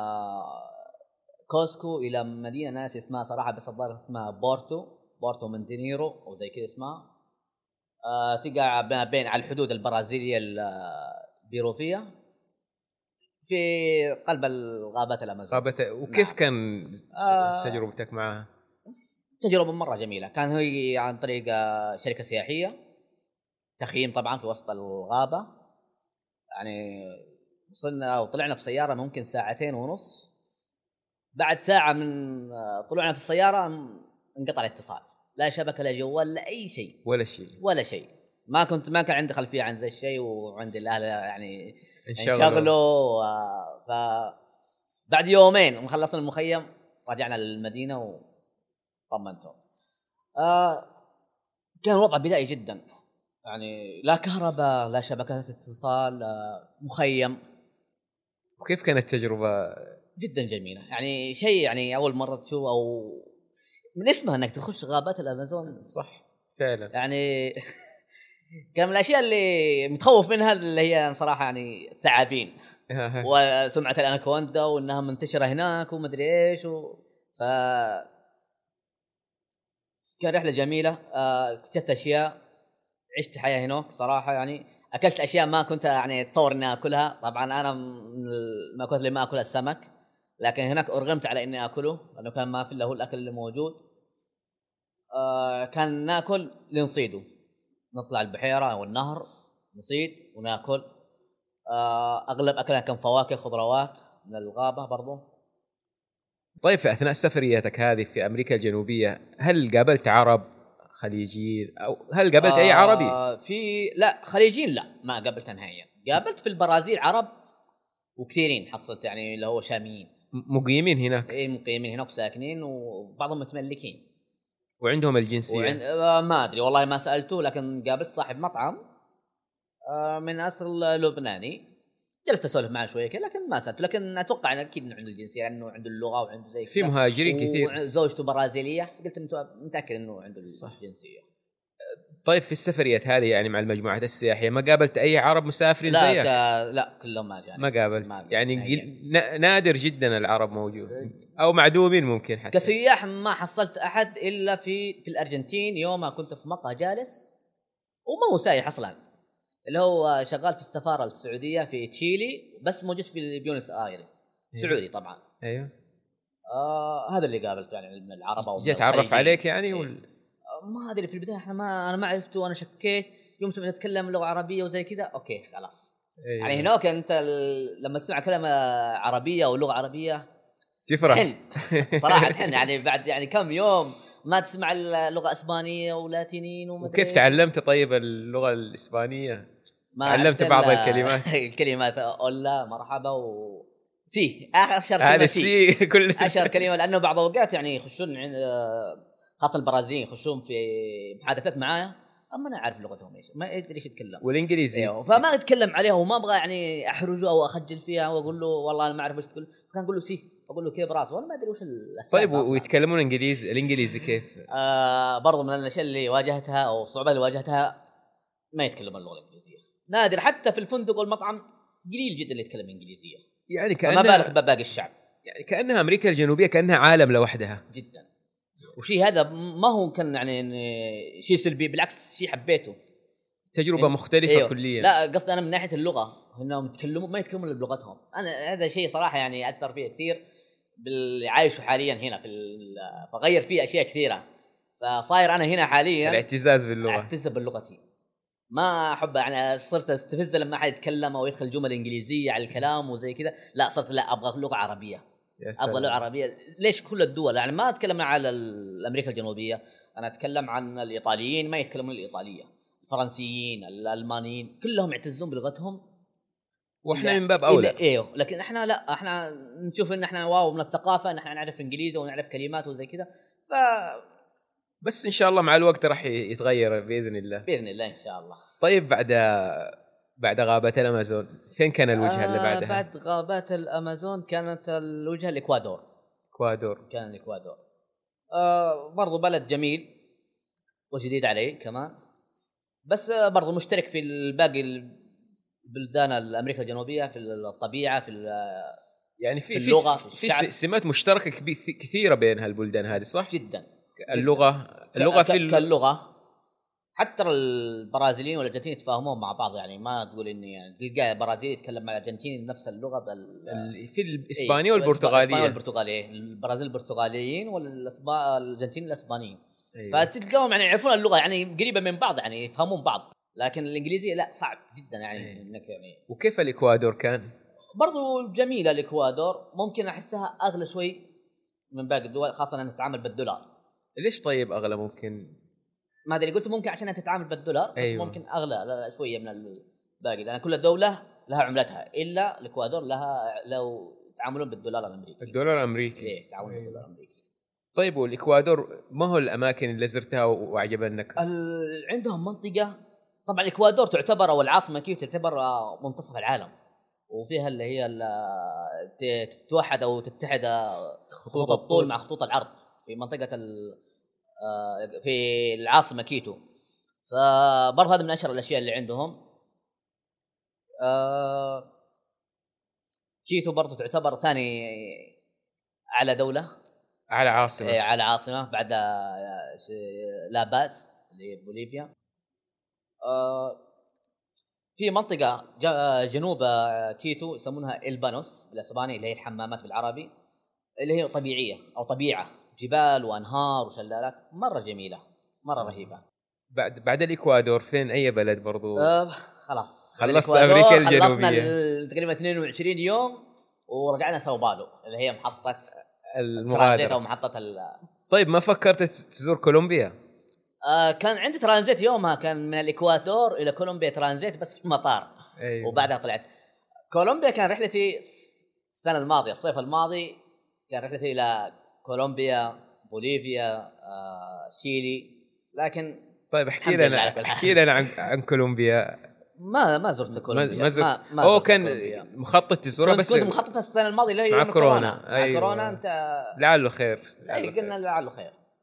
كوسكو إلى مدينة ناس اسمها صراحة بس الظاهر اسمها بورتو بورتو مونتينيرو أو زي كذا اسمها. أه تقع بين على الحدود البرازيلية البيروفية في قلب الغابات الأمازون. غابة. وكيف نعم. كان آه... تجربتك معها؟ تجربة مرة جميلة، كان هي عن طريق شركة سياحية، تخييم طبعا في وسط الغابة، يعني وصلنا وطلعنا في سيارة ممكن ساعتين ونص، بعد ساعة من طلوعنا في السيارة انقطع الاتصال، لا شبكة لا جوال لا أي شيء ولا شيء ولا شيء. ما كنت ما كان عندي خلفية عن ذا الشيء، وعندي الأهل يعني انشغلوا. انشغلوا. ف بعد يومين مخلصنا المخيم رجعنا للمدينة و طمنتهم. آه كان وضع بدائي جدا، يعني لا كهرباء لا شبكات اتصال آه مخيم. وكيف كانت التجربة؟ جدا جميلة، يعني شيء يعني أول مرة تشوف، أو من اسمها أنك تخش غابات الأمازون. صح فعلا يعني كان من الأشياء اللي متخوف منها اللي هي صراحة يعني الثعابين وسمعة الأناكوندا وأنها منتشرة هناك ومدري إيش و... ف كان رحلة جميلة. اكتشفت أشياء، عشت حياة هناك صراحة، يعني أكلت أشياء ما كنت يعني أتصور إني أكلها. طبعا أنا ما كنت اللي ما أكل السمك، لكن هناك أرغمت على إني أكله لأنه كان ما في إلا هو الأكل اللي موجود. كان ناكل لنصيده، نطلع البحيرة أو النهر نصيد وناكل. أغلب أكلها كان فواكه خضروات من الغابة برضو. طيب في أثناء سفرياتك هذه في أمريكا الجنوبية هل قابلت عرب خليجيين أو هل قابلت آه أي عربي؟ في لا خليجيين لا ما قابلت نهائيا. قابلت في البرازيل عرب وكثيرين، حصلت يعني اللي هو شاميين مقيمين هناك. إيه مقيمين هناك ساكنين وبعضهم متملكين وعندهم الجنسية. وعند... آه ما أدري والله ما سألته، لكن قابلت صاحب مطعم آه من أصل لبناني، جلست أسولف معه شوية كده لكن ما سألته، لكن أتوقع أن أكيد إنه عنده الجنسية لأنه عنده اللغة وعنده زي في مهاجرين كثير. وزوجته برازيلية، قلت متأكد إنه عنده الجنسية. طيب في السفريات هذه يعني مع المجموعات السياحيه ما قابلت اي عرب مسافرين لا زيك؟ ك... لا كلهم ما جاني. ما قابلت ما يعني نهائياً. قل... نادر جدا العرب موجود او معدومين ممكن حتى. كسياح ما حصلت احد الا في في الارجنتين يوم ما كنت في مقهى جالس وما هو سايح اصلا، اللي هو شغال في السفاره السعوديه في تشيلي بس موجود في بيونس ايرس. سعودي طبعا. ايوه آه هذا اللي قابلته يعني من العرب او جيت تعرف عليك يعني إيه. ولا ما ادري في البدايه احنا ما انا ما عرفته وانا شكيت يوم سمعت اتكلم لغه عربيه وزي كذا اوكي خلاص. أيوة. يعني هناك انت ال... لما تسمع كلمه عربيه او لغه عربيه تفرح تحن صراحه تحن يعني بعد يعني كم يوم ما تسمع اللغه اسبانيه ولاتينيين ومدري وكيف تعلمت طيب اللغه الاسبانيه؟ ما تعلمت بعض الكلمات الكلمات اولا مرحبا و سي اشهر هذه كلمه سي سي كل اشهر كلمه لانه بعض الاوقات يعني يخشون عند خاصه البرازيليين يخشون في محادثات معايا اما انا عارف لغتهم ايش ما ادري ايش يتكلم والانجليزي أيوه. فما اتكلم عليها وما ابغى يعني احرجه او اخجل فيها واقول له والله انا ما اعرف ايش تقول كان اقول له سي اقول له كيف راسه وانا ما ادري وش طيب ويتكلمون انجليزي الانجليزي كيف؟ آه برضو من الاشياء اللي واجهتها او الصعوبات اللي واجهتها ما يتكلمون اللغه الانجليزيه نادر حتى في الفندق والمطعم قليل جدا اللي يتكلم انجليزيه يعني كانها ما بالك بباقي الشعب يعني كانها امريكا الجنوبيه كانها عالم لوحدها جدا وشيء هذا ما هو كان يعني شيء سلبي بالعكس شيء حبيته تجربه مختلفه أيوه. كليا لا قصدي انا من ناحيه اللغه انهم يتكلمون ما يتكلمون الا بلغتهم انا هذا شيء صراحه يعني اثر فيه كثير باللي عايشه حاليا هنا في بغير فيه اشياء كثيره فصاير انا هنا حاليا الاعتزاز باللغه اعتز بلغتي ما احب يعني صرت استفز لما احد يتكلم او يدخل جمل انجليزيه على الكلام وزي كذا لا صرت لا ابغى لغه عربيه ابغى لغه عربيه ليش كل الدول يعني ما اتكلم على امريكا الجنوبيه انا اتكلم عن الايطاليين ما يتكلمون الايطاليه الفرنسيين الالمانيين كلهم يعتزون بلغتهم واحنا من باب اولى ايوه لكن احنا لا احنا نشوف ان احنا واو من الثقافه ان احنا نعرف انجليزي ونعرف كلمات وزي كذا ف بس ان شاء الله مع الوقت راح يتغير باذن الله باذن الله ان شاء الله. طيب بعد بعد غابات الامازون فين كان الوجهه آه اللي بعدها؟ بعد غابات الامازون كانت الوجهه الاكوادور. اكوادور كان الاكوادور آه برضو بلد جميل وجديد علي كمان بس برضو مشترك في الباقي البلدان الامريكا الجنوبيه في الطبيعه في يعني في في اللغه في, في, في سمات مشتركه كثيره بين هالبلدان هذه صح جدا اللغه اللغه ك... في ال... كاللغه حتى البرازيليين والارجنتينيين يتفاهمون مع بعض يعني ما تقول اني يعني تلقى برازيلي يتكلم مع الارجنتيني نفس اللغه بال في الاسبانيه إيه والبرتغاليه الاسبانيه والبرتغاليه البرازيل البرتغاليين والارجنتين الاسبانيين أيوة. فتلقاهم يعني يعرفون اللغه يعني قريبه من بعض يعني يفهمون بعض لكن الانجليزيه لا صعب جدا يعني أيوة. انك يعني وكيف الاكوادور كان برضو جميله الاكوادور ممكن احسها اغلى شوي من باقي الدول خاصه ان نتعامل بالدولار. ليش طيب اغلى ممكن ما ادري قلت ممكن عشان تتعامل بالدولار أيوة. ممكن اغلى شويه من الباقي لان كل دوله لها عملتها الا الاكوادور لها لو يتعاملون بالدولار الامريكي الدولار الامريكي ايه تعاملون أيوة. بالدولار الامريكي. طيب والاكوادور ما هو الاماكن اللي زرتها واعجبتك؟ ال... عندهم منطقه طبعا الاكوادور تعتبر او العاصمه كيف تعتبر منتصف العالم وفيها اللي هي اللي تتوحد او تتحد خطوط الطول مع خطوط العرض في منطقه ال... في العاصمه كيتو فبرضه هذا من اشهر الاشياء اللي عندهم. كيتو برضه تعتبر ثاني اعلى دوله على عاصمه اي على عاصمه بعد لاباز اللي بوليفيا. في منطقه جنوب كيتو يسمونها البانوس بالاسباني اللي هي الحمامات بالعربي اللي هي طبيعيه او طبيعه جبال وانهار وشلالات مره جميله مره رهيبه. بعد بعد الاكوادور فين اي بلد برضو؟ أه خلاص خلصت امريكا الجنوبيه خلصنا تقريبا اثنين وعشرين يوم ورجعنا ساو بالو اللي هي محطه المغادره او محطه ال... طيب ما فكرت تزور كولومبيا؟ آه كان عندي ترانزيت يومها كان من الاكوادور الى كولومبيا ترانزيت بس في المطار. أيوة. وبعدها طلعت كولومبيا. كان رحلتي السنه الماضيه الصيف الماضي كان رحلتي الى كولومبيا بوليفيا آه، شيلي لكن طيب احكي لنا احكي لنا عن عن كولومبيا. ما ما زرت كولومبيا ما, زرت. ما, ما هو كان كولومبيا. مخطط تزورها بس كنت مخطط السنه الماضيه اللي هي مع كورونا. مع أيوة. كورونا انت لعله خير اي قلنا لعله خير.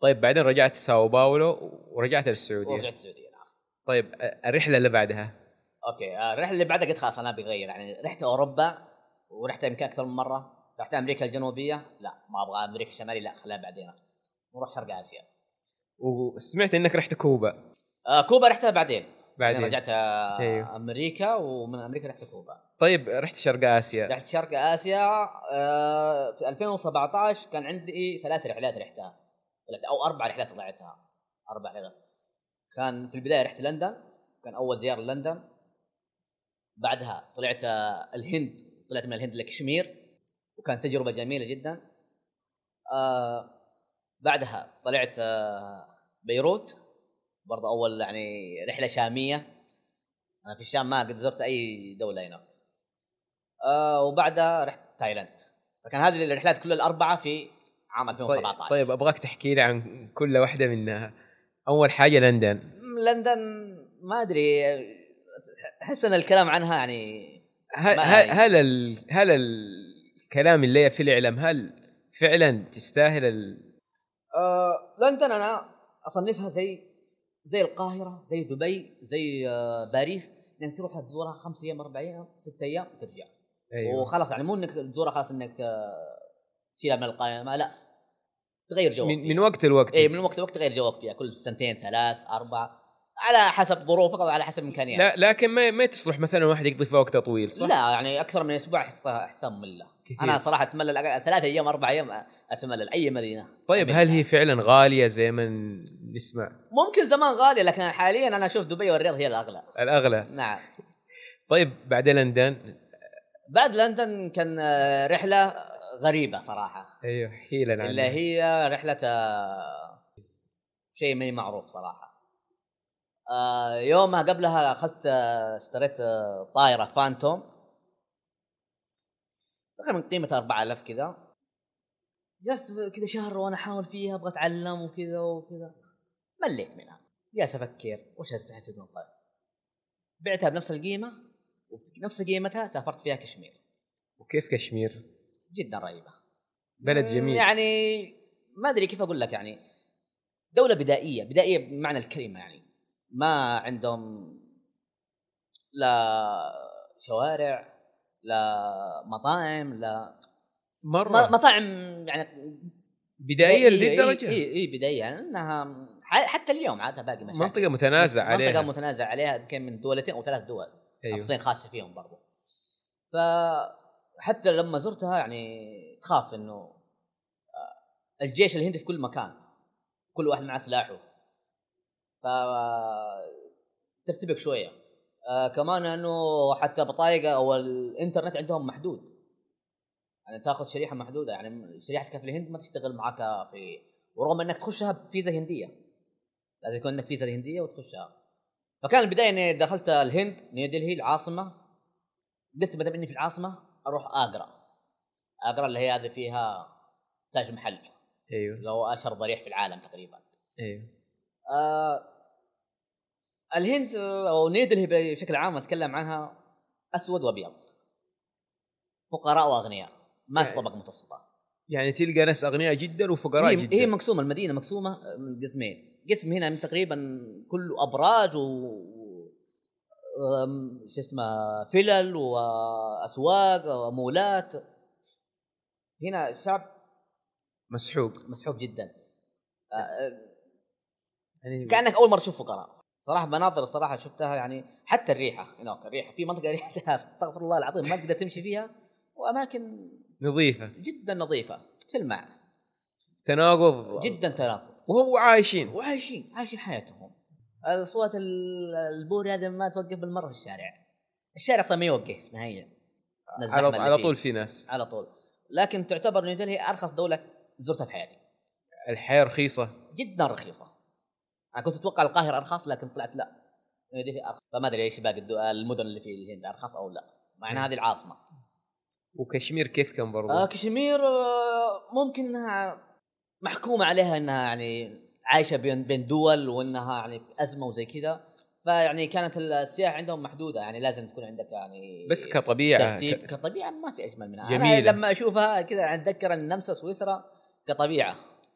طيب بعدين رجعت ساو باولو ورجعت للسعوديه. ورجعت السعوديه نعم. طيب الرحله اللي بعدها؟ اوكي الرحله اللي بعدها قلت خلاص انا بغير، يعني رحت اوروبا ورحت يمكن اكثر من مره. رحت امريكا الجنوبيه، لا ما ابغى امريكا الشماليه، لا خليها بعدين. نروح شرق اسيا. وسمعت انك رحت كوبا. آه كوبا رحتها بعدين بعدين رجعت أيوه. امريكا، ومن امريكا رحت كوبا. طيب رحت شرق اسيا. رحت شرق اسيا آه في ألفين وسبعة عشر كان عندي ثلاث رحلات رحتها او اربع رحلات طلعتها. اربع رحلات. كان في البدايه رحت لندن، كان اول زياره لندن. بعدها طلعت الهند، طلعت من الهند لكشمير وكانت تجربه جميله جدا. آه بعدها طلعت آه بيروت، برضه اول يعني رحله شاميه. انا في الشام ما قد زرت اي دوله هنا. آه وبعدها رحت تايلاند. فكان هذه الرحلات كلها الاربعه في عام ألفين وسبعة عشر. طيب, طيب ابغاك تحكي لي عن كل واحده منها. اول حاجه لندن. لندن ما ادري، احس ان الكلام عنها يعني هل هل هل, ال... هل الكلام اللي في الاعلام هل فعلا تستاهل ال... آه لندن انا اصنفها زي زي القاهره، زي دبي، زي آه باريس، انك تروح تزورها خمس ايام اربع ايام ست ايام وترجع. أيوة. وخلاص يعني مو انك تزورها خلاص انك آه تشيلها من القائمه، لا تغير جوك من, من وقت لوقت. اي من وقت لوقت تغير جوك فيها كل سنتين ثلاث اربع على حسب ظروفك وعلى حسب امكانياتك. لا لكن ما ما تصلح مثلا واحد يقضي فيها وقت طويل صح؟ لا يعني اكثر من اسبوع احسن ممله. انا صراحه اتملل ثلاث ايام اربع ايام اتملل اي مدينه. طيب هل هي فعلا غاليه زي ما نسمع؟ ممكن زمان غاليه لكن حاليا انا اشوف دبي والرياض هي الاغلى. الاغلى نعم. طيب بعد لندن؟ بعد لندن كان رحله غريبه صراحه. ايوه احكي لنا عنها. اللي هي رحله شيء ما معروف صراحه. آه يومها قبلها اخذت اشتريت طائره فانتوم تقريبا قيمتها أربعة آلاف كذا. جلست كذا شهر وانا احاول فيها ابغى اتعلم وكذا وكذا، مليت منها. جالس افكر وش استحسن من الطائره. بعتها بنفس القيمه وبنفس قيمتها، سافرت فيها كشمير. وكيف كشمير؟ جدا رهيبه، بلد جميل. يعني ما ادري كيف اقول لك، يعني دوله بدائيه بدائيه بمعنى الكلمه. يعني ما عندهم لا شوارع لا مطاعم لا مرة مطاعم، يعني بدائيه للدرجه. اي اي بدائيه يعني انها حتى اليوم عادها باقي مشاكل. منطقه متنازع عليها، منطقه متنازع عليها يمكن من دولتين او ثلاث دول. أيوه. الصين خاشه فيهم برضو. فحتى لما زرتها يعني تخاف انه الجيش الهندي في كل مكان، كل واحد معه سلاحه، ف ترتبك شويه. آه كمان انه حتى بطايق او الانترنت عندهم محدود، يعني تاخذ شريحه محدوده، يعني شريحتك في الهند ما تشتغل معك في، ورغم انك تخشها بفيزا هنديه لازم يكون عندك فيزا هنديه وتخشها. فكان البدايه اني دخلت الهند نيو دلهي العاصمه، قلت بدل اني في العاصمه اروح اقرا اقرا اللي هي هذه فيها تاج محل. ايوه لو اشهر ضريح في العالم تقريبا. ايوه. آه الهند او نيو دلهي بشكل عام اتكلم عنها اسود وابيض، فقراء واغنياء، ما في طبقه متوسطه. يعني تلقى ناس اغنياء جدا وفقراء هي جدا. هي مقسومه، المدينه مقسومه من قسمين، قسم هنا من تقريبا كله ابراج و شو اسمه فلل واسواق ومولات. هنا شعب مسحوق مسحوق جدا، يعني كانك اول مره تشوف فقراء. صراحه مناظر الصراحه شفتها، يعني حتى الريحه هناك، الريحه في منطقه ريحتها استغفر الله العظيم ما تقدر تمشي فيها، واماكن نظيفه جدا نظيفه تلمع، تناقض جدا تناقض، وهو عايشين وعايشين عايشين حياتهم. الصوت البوري هذا ما توقف بالمره في الشارع، الشارع اصلا ما يوقف نهائيا، على, على طول في ناس على طول. لكن تعتبر نيو دلهي ارخص دوله زرتها في حياتي. الحياه رخيصه جدا رخيصه. انا كنت اتوقع القاهره ارخص لكن طلعت لا، نيو دلهي ارخص. فما ادري ايش باقي المدن اللي في الهند ارخص او لا، مع ان هذه العاصمه. وكشمير كيف كان برضه؟ آه كشمير آه ممكن انها محكومه عليها انها يعني عايشه بين بين دول، وانها يعني في ازمه وزي كذا، فيعني كانت السياحه عندهم محدوده، يعني لازم تكون عندك يعني بس كطبيعه ك... كطبيعه ما في اجمل منها. جميلة. انا لما اشوفها كذا اتذكر النمسا سويسرا كطبيعه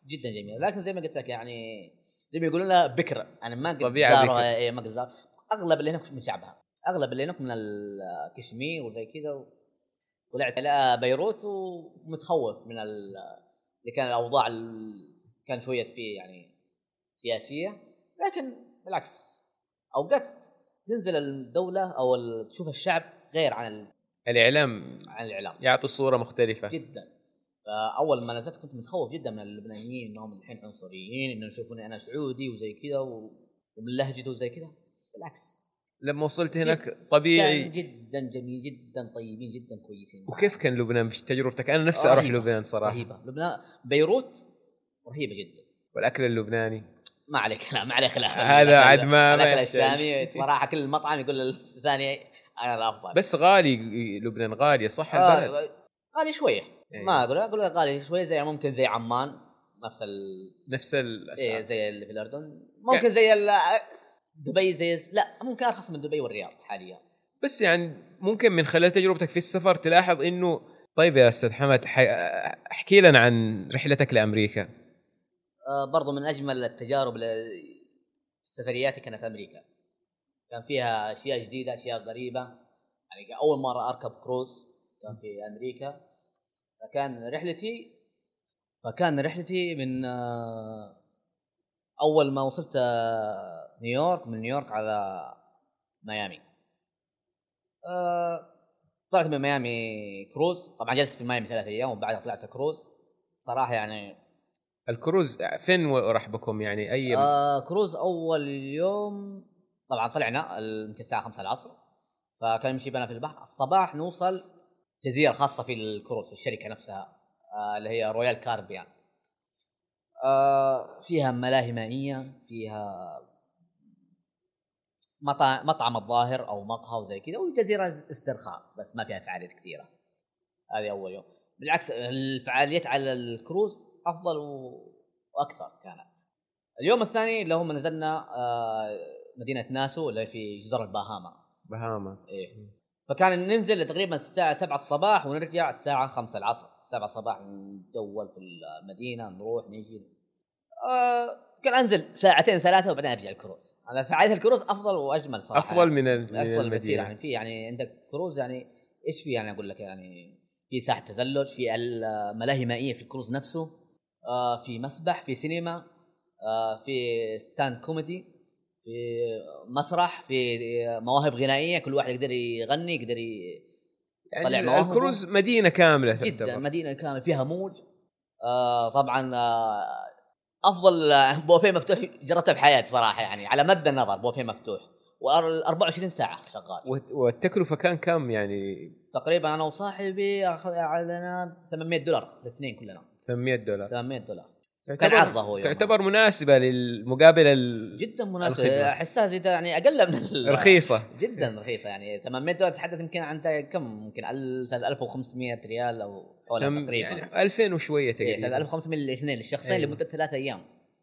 جدا جميل. لكن زي ما قلت لك يعني زي ما يقولون لها بكره، انا ما قد طبيعة زاروا بكر. ايه ما قد زار. اغلب اللي هناك من شعبها، اغلب اللي هناك من الكشمير وزي كذا. طلعت الى بيروت ومتخوف من ال- اللي كان الاوضاع ال- كان شويه فيه يعني سياسيه، لكن بالعكس اوقات تنزل الدوله او ال- تشوف الشعب غير عن ال- الإعلام عن الاعلام يعطي صورة مختلفة جدا. فاول ما نزلت كنت متخوف جدا من اللبنانيين انهم الحين عنصريين، انه يشوفوني انا سعودي وزي كذا و- ومن لهجته وزي كذا. بالعكس لما وصلت جد- هناك كان طبيعي. جدا جميل جدا، طيبين جدا، كويسين. وكيف كان لبنان بش تجربتك؟ أنا نفسي أروح رهيبة. لبنان صراحة. رهيبة لبنان، بيروت رهيبة جدا. والأكل اللبناني ما عليك لا ما عليك لا هذا عاد ما- ما الاكل يحتاج. الشامي صراحة كل مطعم يقول الثاني انا الافضل. بس غالي لبنان، غالية صح البلد؟ آه غالي شوية. إيه. ما اقول اقول غالي شوية، زي ممكن زي عمان نفس ال نفس الأسعار. إيه زي اللي في الأردن، ممكن زي ال- دبي، زي لا ممكن أرخص من دبي والرياض حاليا. بس يعني ممكن من خلال تجربتك في السفر تلاحظ إنه طيب يا أستاذ حمد ح- احكي لنا عن رحلتك لأمريكا. آه برضو من أجمل التجارب ل- سفرياتي كانت في أمريكا. كان فيها أشياء جديدة، أشياء غريبة. يعني أول مرة أركب كروز كان في أمريكا. فكان رحلتي فكان رحلتي من آه أول ما وصلت آه نيويورك، من نيويورك على ميامي. آه طلعت من ميامي كروز. طبعا جلست في ميامي ثلاثة أيام وبعدها طلعت كروز. صراحة يعني الكروز فين راح بكم يعني أي آه كروز أول يوم طبعا طلعنا يمكن الساعة خمسة العصر، فكان نمشي بنا في البحر. الصباح نوصل جزيرة خاصة في الكروز في الشركة نفسها، آه اللي هي رويال كاربيان. آه فيها ملاهي مائية، فيها مطعم مطعم الظاهر أو مقهى وزي كذا، وجزيرة استرخاء بس ما فيها فعاليات كثيرة. هذه أول يوم. بالعكس الفعاليات على الكروز أفضل وأكثر كانت. اليوم الثاني اللي هم نزلنا آه مدينة ناسو اللي في جزر الباهاما بهاماس. إيه. فكان ننزل تقريبا الساعة سبعة الصباح ونرجع الساعة خمسة العصر. سبعة الصباح ندول في المدينة، نروح نيجي. آه كان أنزل ساعتين ثلاثة وبعدين أرجع الكروز. أنا فعالية الكروز أفضل وأجمل صراحة. أفضل من, ال... من أفضل المدينة. بكثير. يعني في يعني عندك كروز يعني إيش في يعني أقول لك يعني في ساحة تزلج، في الملاهي مائية في الكروز نفسه، آه في مسبح، في سينما، آه في ستاند كوميدي، في مسرح، في مواهب غنائية، كل واحد يقدر يغني يقدر يطلع يعني مواهبه. الكروز مدينة كاملة جدا تعتبر. مدينة كاملة فيها مول. آه طبعا آه أفضل بوفيه مفتوح جربته بحياتي صراحة، يعني على مدى النظر بوفيه مفتوح وأربعة وعشرين ساعة شغال. والتكلفة كان كم يعني؟ تقريبا أنا وصاحبي أخذ علينا ثمانمائة دولار الاثنين كلنا. ثمانمائة دولار. ثمانمائة دولار كان تعتبر عرضه هو يومها. تعتبر مناسبة للمقابلة ال... جدا مناسبة. الخدمة. أحسها زي يعني أقل من ال... رخيصة جدا رخيصة. يعني ثمانمائة دولار تحدث يمكن عند كم ممكن ألف وخمسمائة ريال أو حوالي تقريبا يعني ألفين وشوية تقريبا. إيه ألف وخمسمائة للاثنين للشخصين أيوة. لمدة ثلاثة أيام.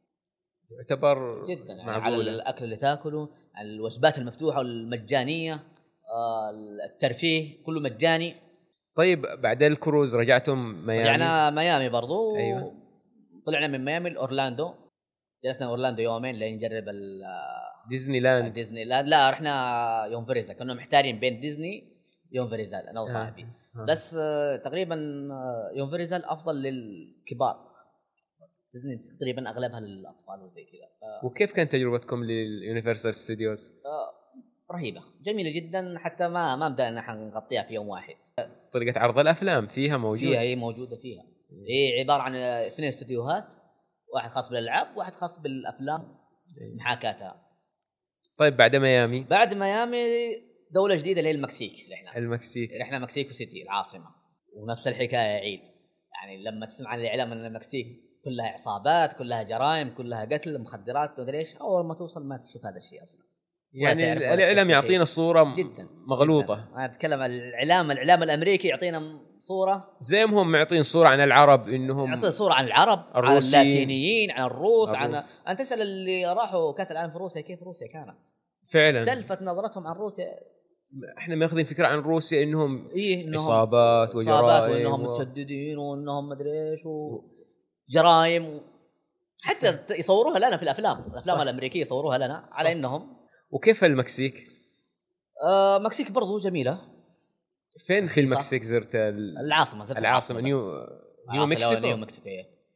يعتبر جدا يعني معقولة. على الأكل اللي تاكله، على الوجبات المفتوحة والمجانية، آه الترفيه كله مجاني. طيب بعد الكروز رجعتم ميامي؟ رجعنا ميامي برضو. أيوة. طلعنا من ميامي لأورلاندو. جلسنا أورلاندو يومين لين نجرب ديزني لاند. ديزني لاند. لا رحنا يوم فريزا، كنا محتارين بين ديزني يوم فريزا أنا وصاحبي. آه. آه. بس آه تقريبا آه يوم فريزا الأفضل للكبار، ديزني تقريبا أغلبها للأطفال وزي كذا. ف... وكيف كانت تجربتكم لليونيفرسال ستوديوز؟ آه رهيبة جميلة جدا، حتى ما ما بدأنا نغطيها في يوم واحد. طريقة عرض الأفلام فيها موجودة؟ فيها هي موجودة فيها. هي عبارة عن اثنين استديوهات، واحد خاص بالألعاب واحد خاص بالأفلام محاكاتها. طيب بعد ميامي؟ بعد ميامي دولة جديدة اللي هي المكسيك. رحنا المكسيك. رحنا مكسيكو سيتي العاصمة، ونفس الحكاية عيد. يعني لما تسمع عن الإعلام من المكسيك كلها عصابات، كلها جرائم، كلها قتل، مخدرات ومدري ايش، أول ما توصل ما تشوف هذا الشيء أصلا. يعني الإعلام يعطينا صورة جدا مغلوطة. جداً. أنا أتكلم عن الإعلام الإعلام الأمريكي يعطينا صورة زي ما هم معطين صورة عن العرب إنهم يعطي صورة عن العرب، عن اللاتينيين، عن الروس, الروس. عن أنت تسأل اللي راحوا كأس العالم في روسيا كيف روسيا كانت فعلا تلفت نظرتهم عن روسيا. احنا ماخذين فكرة عن روسيا إنهم إيه إنهم إصابات وجرائم وإنهم و... متشددين وإنهم مدري إيش وجرائم. حتى يصوروها لنا في الافلام الافلام الامريكيه يصوروها لنا على انهم. وكيف المكسيك؟ آه مكسيك برضو جميله. فين في المكسيك زرت ال... العاصمه زرت العاصمه نيو نيو مكسيكو نيو مكسيكو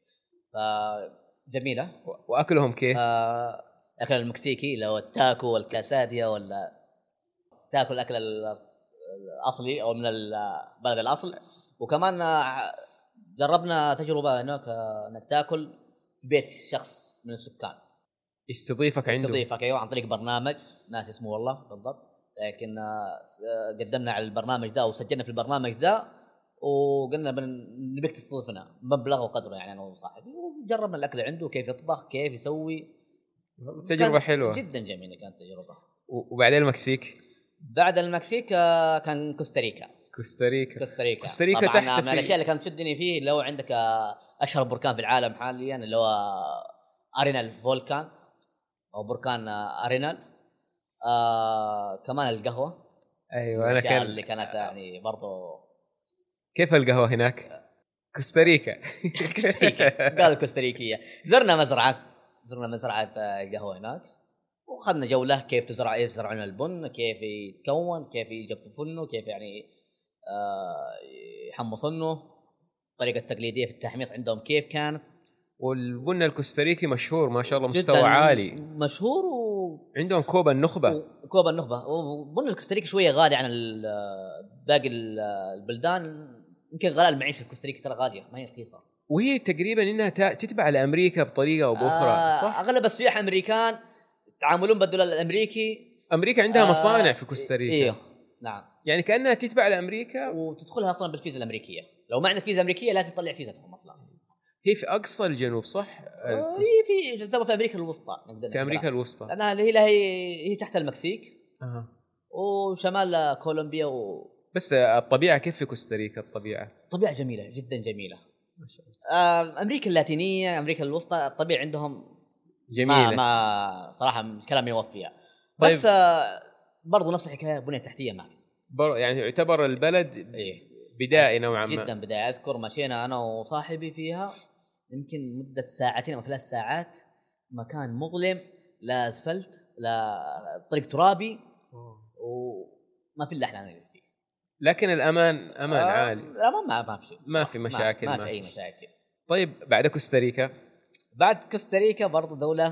فجميله. واكلهم كيف؟ آه الاكل المكسيكي اللي هو التاكو والكاساديا ولا تاكل الاكل الاصلي او من البلد الاصل. وكمان جربنا تجربه هناك انك تاكل في بيت شخص من السكان يستضيفك عنده يستضيفك ايوه عن طريق برنامج ناس اسمه والله بالضبط. لكن قدمنا على البرنامج ده وسجلنا في البرنامج ده وقلنا نبيك تستضيفنا مبلغ وقدره يعني انا وصاحبي وجربنا الاكل عنده كيف يطبخ كيف يسوي. تجربه حلوه جدا جميله كانت تجربه. وبعدين المكسيك؟ بعد المكسيك كان كوستاريكا. كوستاريكا كوستاريكا كوستاريكا تحت من الاشياء اللي كانت تشدني فيه اللي هو عندك اشهر بركان في العالم حاليا اللي هو ارينال فولكان او بركان ارينال. آه كمان القهوه. ايوه انا كان اللي كانت يعني برضو. كيف القهوه هناك؟ كوستاريكا كوستاريكا قال كوستاريكيه. زرنا مزرعه زرنا مزرعه قهوه هناك وخذنا جوله كيف تزرع ايه يزرعون البن كيف يتكون كيف يجففونه كيف يعني آه يحمصونه الطريقه التقليديه في التحميص عندهم كيف كانت. والبن الكوستاريكي مشهور ما شاء الله مستوى عالي مشهور و... عندهم كوبا النخبه و... كوبا النخبه وبن الكوستاريكي شويه غالي عن باقي البلدان. يمكن غلاء المعيشه في كوستاريكا ترى غاليه ما هي رخيصه وهي تقريبا انها تتبع لامريكا بطريقه او باخرى آه صح. اغلب السياح امريكان يتعاملون بالدولار الامريكي. امريكا عندها آه مصانع في كوستاريكا. ايوه نعم يعني كانها تتبع لامريكا وتدخلها اصلا بالفيزا الامريكيه. لو ما عندك فيزا امريكيه لازم تطلع فيزتهم اصلا. هي في اقصى الجنوب صح؟ آه هي في تعتبر في امريكا الوسطى. في امريكا الوسطى لانها هي هي هي تحت المكسيك أه. وشمال كولومبيا و... بس الطبيعه كيف في كوستاريكا؟ الطبيعه طبيعه جميله جدا جميله ما شاء الله. آه امريكا اللاتينيه امريكا الوسطى الطبيعه عندهم جميله ما, ما صراحه الكلام يوفيها. بس طيب. آه برضو نفس الحكايه بنيه تحتيه ما يعني يعتبر البلد إيه؟ بدائي نوعا ما جدا بدائي. اذكر مشينا انا وصاحبي فيها يمكن مده ساعتين او ثلاث ساعات مكان مظلم لا اسفلت لا طريق ترابي وما في الا احنا فيه. لكن الامان امان آه عالي. الامان ما ما في شيء ما في مشاكل ما, ما في اي مشاكل. طيب بعد كوستاريكا؟ بعد كوستاريكا برضو دوله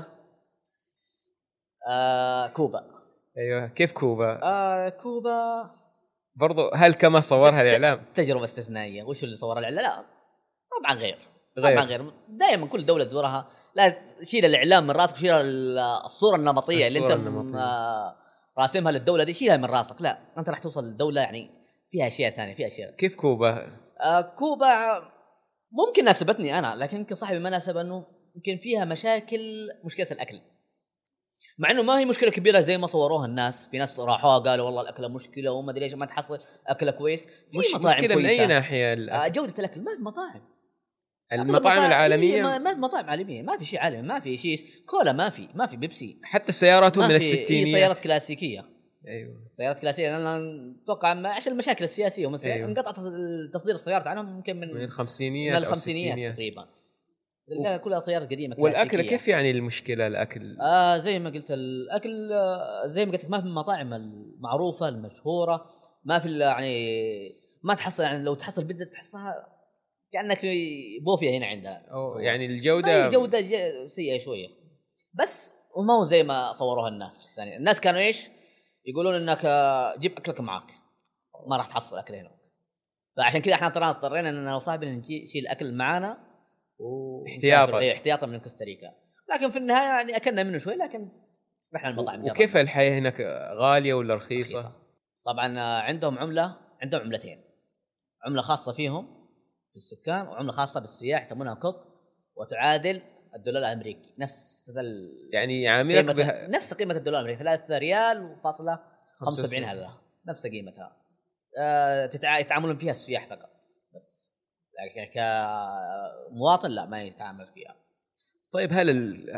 آه كوبا. ايوه كيف كوبا؟ آه كوبا برضو هل كما صورها الاعلام؟ تجربه استثنائيه. وش اللي صورها الاعلام؟ لا طبعا غير غير طبعا غير. دائما كل دوله تزورها لا شيل الاعلام من راسك شيل الصوره النمطيه اللي انت راسمها للدوله دي شيلها من راسك. لا انت راح توصل للدوله يعني فيها اشياء ثانيه فيها اشياء. كيف كوبا؟ آه كوبا ممكن ناسبتني انا لكن يمكن صاحبي ما ناسب انه يمكن فيها مشاكل مشكله الاكل مع انه ما هي مشكله كبيره زي ما صوروها الناس. في ناس راحوا قالوا والله الاكل مشكله وما ادري ليش ما تحصل اكل كويس. مش مشكله من اي ناحيه آه جوده الاكل ما في مطاعم. المطاعم العالمية ما, ما في مطاعم عالمية ما في شيء عالمي ما في شيء كولا ما في ما في بيبسي حتى السيارات من الستينيات سيارات كلاسيكية. ايوه سيارات كلاسيكية. انا اتوقع عشان المشاكل السياسية ومن أيوة. انقطع تصدير السيارات عنهم ممكن من, من الخمسينيات من الخمسينيات تقريبا و... كلها سيارات قديمة كلاسيكية. والاكل كيف يعني المشكلة الاكل؟ آه زي ما قلت الاكل آه زي ما قلت ما في المطاعم المعروفة المشهورة ما في يعني ما تحصل يعني لو تحصل بيتزا تحصلها كأنك بوفيا هنا عندها. أو يعني الجودة الجودة سيئة شوية بس وما هو زي ما صوروها الناس. يعني الناس كانوا إيش يقولون إنك جيب أكلك معك ما راح تحصل أكل هنا. فعشان كذا إحنا ترى اضطرينا إننا وصاحبي نشيل الأكل معنا احتياطا إيه احتياطا من كوستاريكا. لكن في النهاية يعني أكلنا منه شوي لكن رحنا المطاعم. وكيف جربنا. الحياة هناك غالية ولا رخيصة؟ رخيصة. طبعا عندهم عملة عندهم عملتين. عملة خاصة فيهم السكان وعملة خاصة بالسياح يسمونها كوك وتعادل الدولار الأمريكي نفس ال... يعني عاملك بها... نفس قيمة الدولار الأمريكي ثلاثة ريال وفاصلة خمسة وسبعين هلا نفس قيمتها. آه تتع... يتعاملون فيها السياح فقط بس لكن كمواطن لا ما يتعامل فيها. طيب هل ال...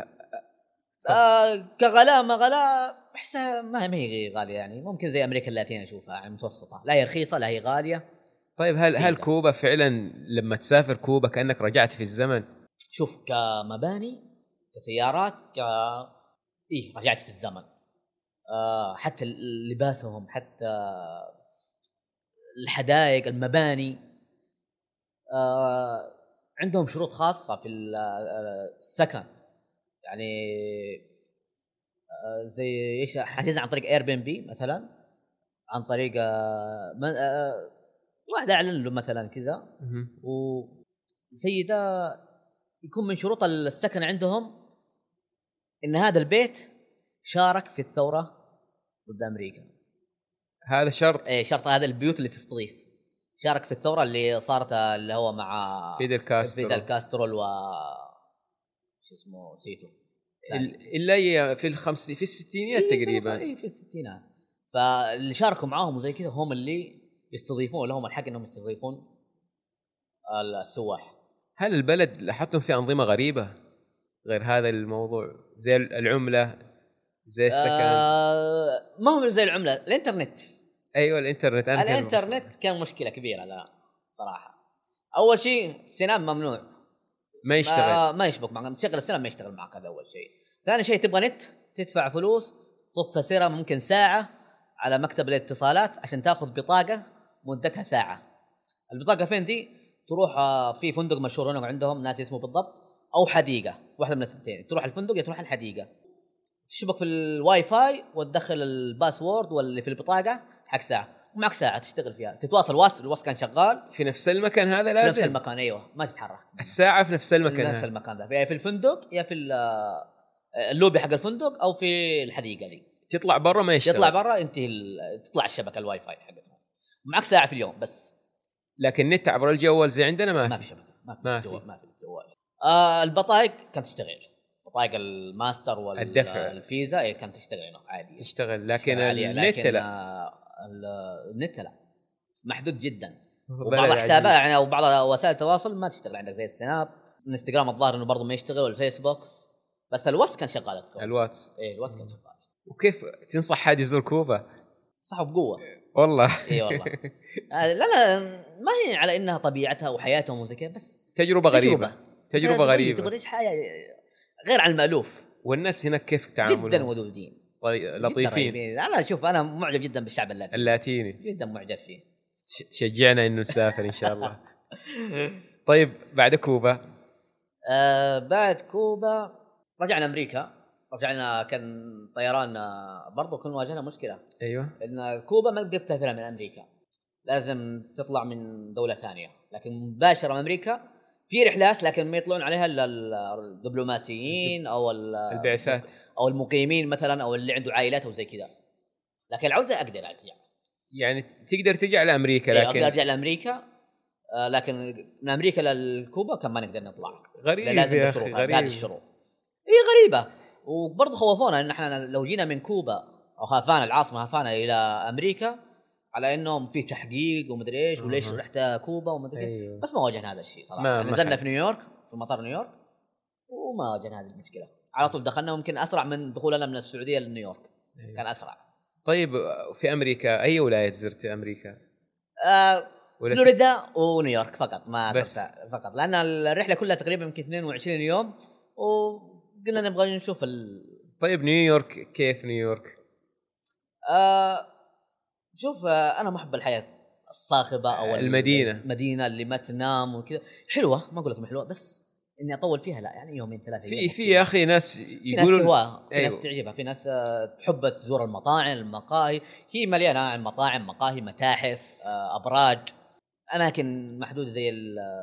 آه كغلاء ما غلاء احسها ما هي غالية يعني ممكن زي أمريكا اللاتينية نشوفها يعني متوسطة لا هي رخيصة لا هي غالية. طيب هل هل كوبا فعلا لما تسافر كوبا كأنك رجعت في الزمن؟ شوف كمباني كسيارات ك ايه رجعت في الزمن. آه حتى لباسهم، حتى الحدائق، المباني، آه عندهم شروط خاصة في السكن يعني. آه زي ايش، حجز عن طريق اير بي ام بي مثلا، عن طريق آه آه واحد اعلن له مثلا كذا، وزي ده يكون من شروط السكن عندهم ان هذا البيت شارك في الثورة ضد امريكا. هذا شرط؟ ايه شرط، هذا البيوت اللي تستضيف شارك في الثورة اللي صارت اللي هو مع فيدل كاسترو فيدل كاسترو و شو اسمه سيتو، الا في الخمس في الستينيات إيه تقريبا. اي في الستينات. فاللي شاركوا معاهم وزي كذا هم اللي يستضيفون، لهم الحق انهم يستضيفون السواح. هل البلد لاحظتم في انظمه غريبه غير هذا الموضوع، زي العمله، زي السكن؟ آه ما هو زي العمله، الانترنت. ايوه الانترنت. أنا الانترنت كان مشكله كبيره. لا صراحه اول شيء السناب ممنوع، ما يشتغل، ما, ما يشبك معك، تشغل السناب ما يشتغل معك، هذا اول شيء. ثاني شيء تبغى نت تدفع فلوس، تصف سيره ممكن ساعه على مكتب الاتصالات عشان تاخذ بطاقه مدتها ساعه. البطاقه فين دي؟ تروح في فندق مشهور هنا عندهم، ناس اسمه بالضبط، او حديقه، واحده من الاثنين. تروح الفندق يا تروح الحديقه، تشبك في الواي فاي وتدخل الباسورد واللي في البطاقه حق ساعه، ومعك ساعه تشتغل فيها، تتواصل واتس، الواتس كان شغال في نفس المكان. هذا لازم في نفس المكان. ايوه ما تتحرك، الساعه في نفس المكان، في نفس المكان ده، يا في الفندق يا في اللوبي حق الفندق او في الحديقه دي. تطلع برا ما يشتغل، تطلع برا انت تطلع الشبكه الواي فاي حقتهم، ومعك ساعه في اليوم بس. لكن نت عبر الجوال زي عندنا ما ما في شبكه، ما في ما جوال، في. ما في جوال. آه البطايق كانت تشتغل، بطايق الماستر والفيزا اي كانت تشتغل هنا عادي تشتغل، لكن النت لا. آه النت لا، محدود جدا. وبعض حسابات يعني او بعض وسائل التواصل ما تشتغل عندك، زي السناب، الانستغرام الظاهر انه برضه ما يشتغل، والفيسبوك بس الواتس كان شغال. أذكر الواتس ايه الواتس كان شغال. وكيف تنصح حد يزور كوبا؟ صح بقوه والله. اي والله. لا لا ما هي على انها طبيعتها وحياتهم وزي كذا، بس تجربه غريبه، تجربه غريبه، تبغى تعيش حياه غير عن المألوف. والناس هناك كيف تعاملون؟ جدا ودودين، لطيفين. انا اشوف انا معجب جدا بالشعب اللاتيني اللاتيني، جدا معجب فيه. تشجعنا انه نسافر ان شاء الله. طيب بعد كوبا؟ آه بعد كوبا رجعنا امريكا. رجعنا كان طيران برضو كنا واجهنا مشكله. ايوه ان كوبا ما قدرت تسافر من امريكا، لازم تطلع من دوله ثانيه، لكن مباشره من امريكا في رحلات، لكن ما يطلعون عليها الا الدبلوماسيين او البعثات او المقيمين مثلا، او اللي عنده عائلات او زي كذا. لكن العوده اقدر ارجع، يعني تقدر ترجع لامريكا، لكن اقدر ارجع لامريكا. آه لكن من امريكا للكوبا كان ما نقدر نطلع. غريب يا اخي، غريب. هذه الشروط هي غريبه. وبرضه خوفونا ان احنا لو جينا من كوبا او هافانا، العاصمه هافانا، الى امريكا، على انهم في تحقيق ومدري ايش وليش أه. رحت كوبا ومدري أيوه. بس ما واجهنا هذا الشيء صراحه. نزلنا في نيويورك في مطار نيويورك وما واجهنا هذه المشكله، على طول دخلنا. ممكن اسرع من دخولنا من السعوديه لنيويورك. أيوه. كان اسرع. طيب في امريكا اي ولايه زرت امريكا؟ آه فلوريدا ونيويورك فقط، ما بس فقط، لان الرحله كلها تقريبا يمكن اثنين وعشرين يوم، وقلنا نبغى نشوف ال... طيب نيويورك كيف نيويورك؟ آه شوف آه انا محب الحياه الصاخبه او المدينه المدينه اللي ما تنام وكذا، حلوه ما اقول لكم حلوه، بس اني اطول فيها لا، يعني يومين ثلاثه. في في يا اخي ناس يقولون في ناس, في ناس تعجبها، في ناس تحب تزور المطاعم، المقاهي، هي مليانه مطاعم، مقاهي، متاحف، ابراج، اماكن محدوده زي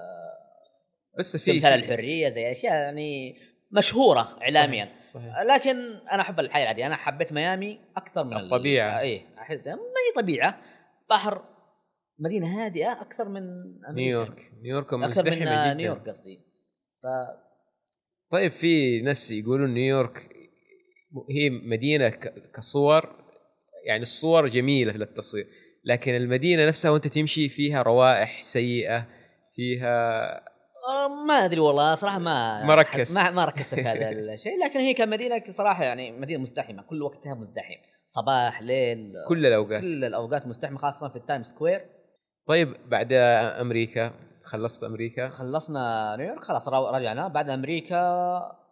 بس في تمثال الحريه، زي اشياء يعني مشهوره اعلاميا. صحيح. صحيح. لكن انا احب الحياه العاديه. انا حبيت ميامي اكثر من الطبيعه. اي احس ما هي طبيعه، بحر، مدينه هادئه اكثر من نيويورك. نيويورك اكثر من جداً. نيويورك قصدي. ف طيب في ناس يقولون نيويورك هي مدينه كصور، يعني الصور جميله للتصوير، لكن المدينه نفسها وانت تمشي فيها روائح سيئه فيها. ما ادري والله صراحه، ما ما ركزت ما, ما ركزت في هذا الشيء. لكن هي كمدينه صراحه يعني مدينه مزدحمه، كل وقتها مزدحم، صباح ليل، كل الاوقات كل الاوقات مزدحمه، خاصه في التايم سكوير. طيب بعد امريكا خلصت امريكا؟ خلصنا نيويورك خلاص رجعنا. بعد امريكا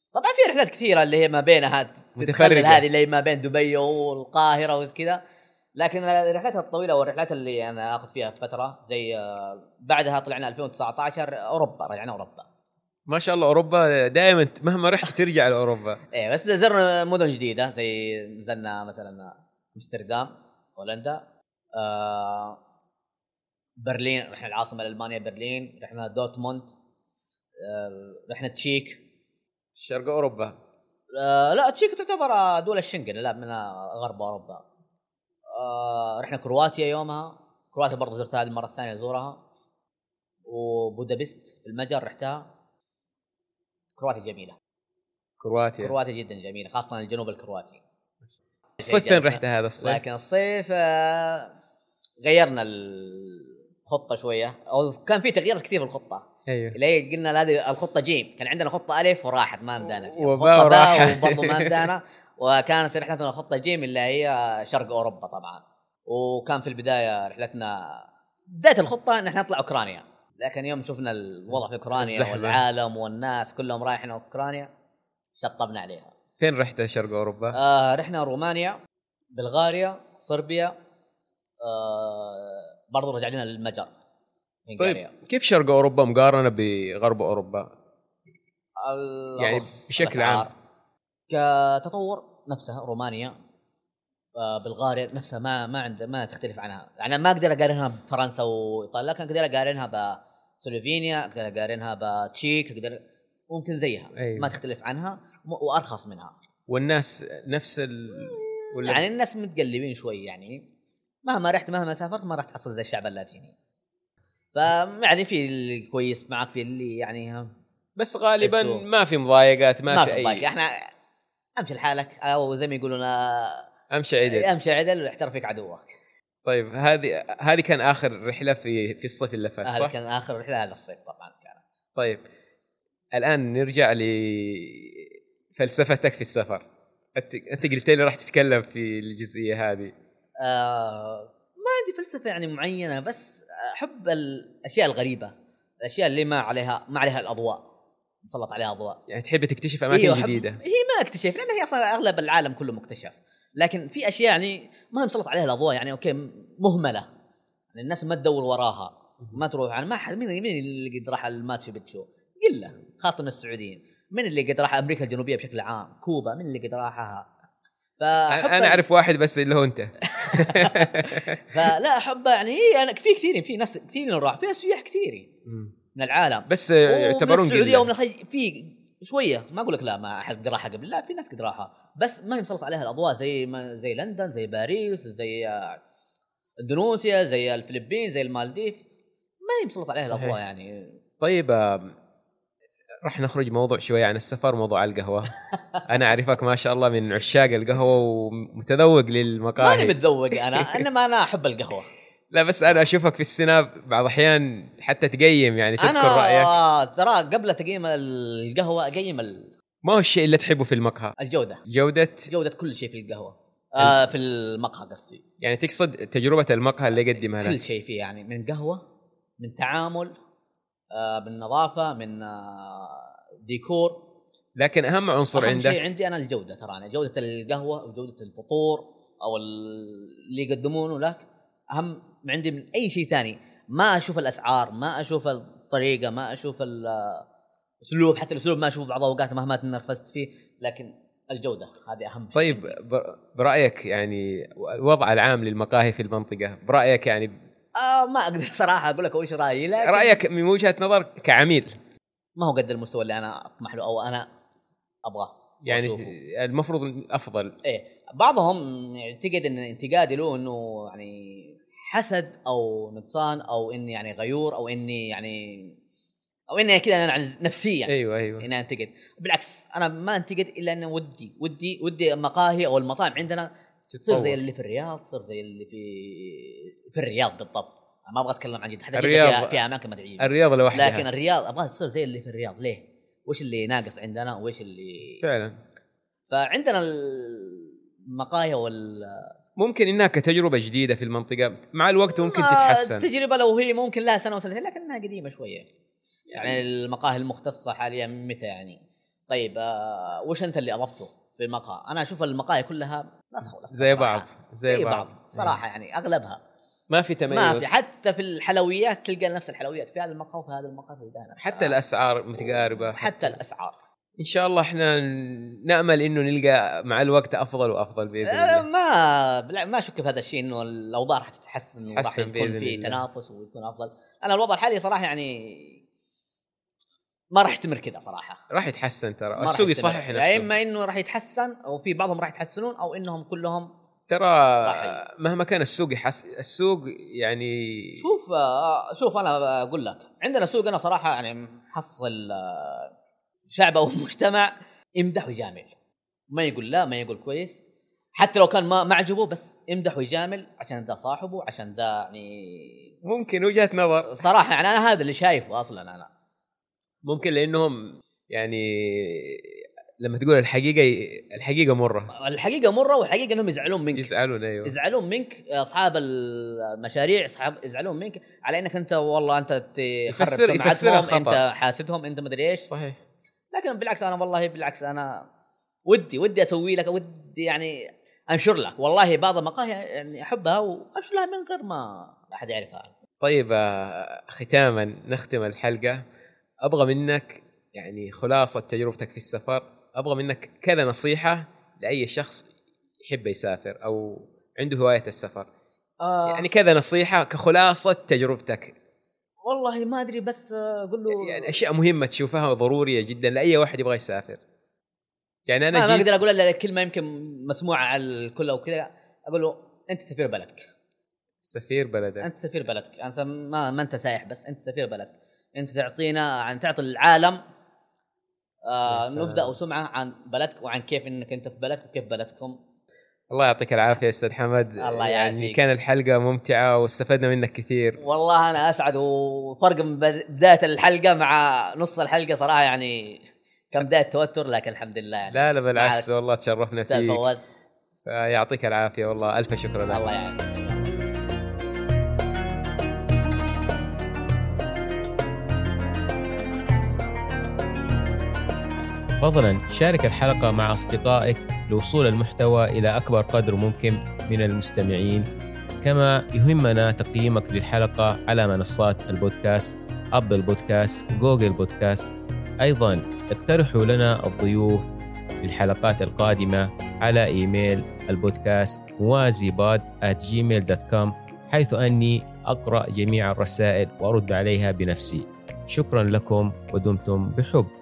طبعا في رحلات كثيره اللي هي ما بينها متفرقة. هذه اللي ما بين دبي والقاهره وكذا، لكن الرحلات الطويله والرحلات اللي انا اخذ فيها فتره زي بعدها طلعنا ألفين وتسعة عشر اوروبا، رجعنا اوروبا. ما شاء الله اوروبا دائما مهما رحت ترجع لاوروبا. ايه بس زرنا مدن جديده زي نزلنا مثلا امستردام هولندا، آه برلين، رحنا العاصمه الالمانيه برلين، رحنا دورتموند، آه رحنا تشيك. شرق اوروبا. آه لا تشيك تعتبر دول الشنغن، لا من غرب اوروبا. آه رحنا كرواتيا يومها، كرواتيا برضو زرتها هذه المره الثانيه ازورها. وبودابست في المجر رحتها، كرواتيا جميله. كرواتيا كرواتيا جدا جميله، خاصه الجنوب الكرواتي. الصيف فين رحت هذا الصيف؟ لكن الصيف آه غيرنا الخطه شويه، او كان في تغيير كثير في الخطه. ايوه اللي هي قلنا هذه الخطه جيم، كان عندنا خطه الف وراحت ما مدانا فيها، وباء خطه باء وراحت. وبرضه ما مدانا. وكانت رحلتنا خطه جيم اللي هي شرق اوروبا طبعا. وكان في البدايه رحلتنا بدايه الخطه ان احنا نطلع اوكرانيا، لكن يوم شفنا الوضع في اوكرانيا الزحمة. والعالم والناس كلهم رايحين اوكرانيا شطبنا عليها. فين رحت شرق اوروبا؟ آه رحنا رومانيا، بلغاريا، صربيا، آه برضو رجع لنا للمجر. طيب كيف شرق اوروبا مقارنه بغرب اوروبا يعني بشكل عام؟ كتطور نفسها رومانيا، آه بلغاريا نفسها ما ما عند ما تختلف عنها، يعني ما اقدر اقارنها بفرنسا وايطاليا، لكن اقدر اقارنها بسلوفينيا، اقدر اقارنها بتشيك، اقدر ممكن زيها. أيوة. ما تختلف عنها وارخص منها. والناس نفس ال... ولا يعني الناس متقلبين شوي، يعني مهما رحت مهما سافرت ما راح تحصل زي الشعب اللاتيني. فيعني في اللي كويس معك، في اللي يعني بس غالبا السوق. ما في مضايقات، ما, ما في, في اي ضايق. احنا امشي لحالك، او زي ما يقولون امشي عدل امشي عدل واحترف فيك عدوك. طيب هذه هذه كان اخر رحله في في الصيف اللي فات، صح؟ هذا كان اخر رحله هذا الصيف طبعا كانت. طيب الان نرجع لفلسفتك في السفر. انت قلت لي راح تتكلم في الجزئيه هذه. آه ما عندي فلسفه يعني معينه، بس احب الاشياء الغريبه، الاشياء اللي ما عليها ما عليها الاضواء، مسلط عليها اضواء. يعني تحب تكتشف اماكن أيوة جديده. هي ما اكتشف، لان هي اصلا اغلب العالم كله مكتشف، لكن في اشياء يعني ما مسلط عليها الاضواء، يعني اوكي مهمله، يعني الناس ما تدور وراها، ما تروح. يعني ما حد مين مين اللي قد راح الماتش بيتشو قله، خاصه من السعوديين. من اللي قد راح امريكا الجنوبيه بشكل عام، كوبا، من اللي قد راحها. انا اعرف واحد بس اللي هو انت. فلا احب يعني انا في كثيرين، في ناس كثيرين راح فيها سياح كثيرين من العالم، بس يعتبرون السعوديه ومن الخليج في شويه. ما اقول لك لا ما احد قد راحها قبل، لا في ناس قد راحها، بس ما يمسلط عليها الاضواء زي ما زي لندن، زي باريس، زي اندونيسيا، زي الفلبين، زي المالديف، ما يمسلط عليها الاضواء يعني. طيب راح نخرج موضوع شويه عن السفر، موضوع القهوه. انا اعرفك ما شاء الله من عشاق القهوه ومتذوق للمقاهي. ماني متذوق انا، انما انا احب القهوه. لا بس انا اشوفك في السناب بعض احيان حتى تقيم، يعني تذكر أنا رايك. آه ترى قبل تقييم القهوه اقيم ال... ما هو الشيء اللي تحبه في المقهى؟ الجوده. جوده جوده كل شيء في القهوه، آه في المقهى قصدي. يعني تقصد تجربه المقهى اللي يقدمها لك؟ كل شيء فيه، يعني من قهوه، من تعامل، آه من نظافه، من آه ديكور. لكن اهم عنصر أهم عندك شيء عندي انا الجوده. ترى انا جوده القهوه وجوده الفطور او اللي يقدمونه لك اهم عندي من اي شيء ثاني. ما اشوف الاسعار، ما اشوف الطريقه، ما اشوف الاسلوب، حتى الاسلوب ما اشوف بعض الاوقات مهما تنرفزت فيه، لكن الجوده هذه اهم شيء. طيب برايك يعني الوضع العام للمقاهي في المنطقه، برايك يعني آه ما اقدر صراحه اقول لك وش رايي، لكن رايك من وجهه نظر كعميل ما هو قد المستوى اللي انا اطمح له او انا ابغاه. يعني المفروض افضل. ايه بعضهم يعتقد ان انتقادي له انه يعني حسد او نقصان او اني يعني غيور او اني يعني او اني كذا انا نفسيا. ايوه ايوه اني انتقد. بالعكس انا ما انتقد الا انه ودي ودي ودي المقاهي او المطاعم عندنا تصير زي اللي في الرياض، تصير زي اللي في في الرياض بالضبط. ما ابغى اتكلم عن جده، حتى جده فيها, فيها اماكن ما تعجبني الرياض لوحدها، لكن الرياض ابغى تصير زي اللي في الرياض. ليه؟ وش اللي ناقص عندنا وش اللي فعلا؟ فعندنا المقاهي وال ممكن انها كتجربه جديده في المنطقه مع الوقت ممكن تتحسن. تجربه لو هي ممكن لها سنه وسنتين، لكنها قديمه شويه. يعني المقاهي المختصه حاليا متى يعني طيب آه وش انت اللي اضفته في المقهى؟ انا اشوف المقاهي كلها نسخ زي بعض زي, زي بعض, بعض صراحه. يعني اغلبها ما في تميز، ما في. حتى في الحلويات تلقى نفس الحلويات في هذا المقهى وفي هذا المقهى، حتى الاسعار متقاربه، حتى, حتى الاسعار. ان شاء الله احنا نامل انه نلقى مع الوقت افضل وافضل باذن الله. ما ما اشك في هذا الشيء انه الاوضاع راح تتحسن وراح يكون في تنافس ويكون افضل. انا الوضع الحالي صراحه يعني ما راح يستمر كذا صراحه، راح يتحسن ترى السوق يصحح نفسه، يا اما انه راح يتحسن او في بعضهم راح يتحسنون او انهم كلهم ترى مهما كان السوق يحس السوق يعني. شوف شوف انا اقول لك عندنا سوق انا صراحه يعني محصل شعب او مجتمع يمدح ويجامل، ما يقول لا، ما يقول كويس، حتى لو كان ما معجبه بس يمدح ويجامل عشان ده صاحبه، عشان ده يعني ممكن وجهة نظر صراحه. يعني انا هذا اللي شايفه اصلا. انا ممكن لانهم يعني لما تقول الحقيقه الحقيقه مره الحقيقه مره والحقيقه انهم يزعلون منك، يزعلون ايوه يزعلون منك اصحاب المشاريع، اصحاب يزعلون منك على انك انت والله انت تخرب سمعتهم، انت حاسدهم، انت مدري ايش. صحيح. لكن بالعكس انا والله بالعكس انا ودي ودي اسوي لك، ودي يعني انشر لك والله بعض المقاهي يعني احبها وانشر لها من غير ما احد يعرفها. طيب ختاما نختم الحلقه، ابغى منك يعني خلاصه تجربتك في السفر، ابغى منك كذا نصيحه لاي شخص يحب يسافر او عنده هوايه السفر. آه يعني كذا نصيحه كخلاصه تجربتك. والله ما ادري بس اقول له يعني اشياء مهمه تشوفها ضروريه جدا لاي واحد يبغى يسافر. يعني انا ما اقدر اقول له كلمه يمكن مسموعه على الكل او كذا، اقول له انت سفير بلدك. سفير بلدك، انت سفير بلدك، انت ما ما انت سايح بس، انت سفير بلدك. انت تعطينا عن تعطي العالم آه نبدا وسمعه عن بلدك وعن كيف انك انت في بلدك وكيف بلدكم. الله يعطيك العافيه يا استاذ حمد. الله يعني يعافيك. كان الحلقه ممتعه واستفدنا منك كثير. والله انا اسعد، وفرق من بدايه الحلقه مع نص الحلقه صراحه يعني كم بدايه توتر، لكن الحمد لله يعني. لا لا بالعكس والله تشرفنا فيك. استاذ فواز يعطيك العافيه والله، الف شكر لك. الله يعافيك. فضلا شارك الحلقة مع أصدقائك لوصول المحتوى إلى أكبر قدر ممكن من المستمعين. كما يهمنا تقييمك للحلقة على منصات البودكاست، أبل بودكاست، جوجل بودكاست. أيضا اقترحوا لنا الضيوف للحلقات القادمة على إيميل البودكاست موازيباد آت جيميل دوت كوم، حيث أني أقرأ جميع الرسائل وأرد عليها بنفسي. شكرا لكم ودمتم بحب.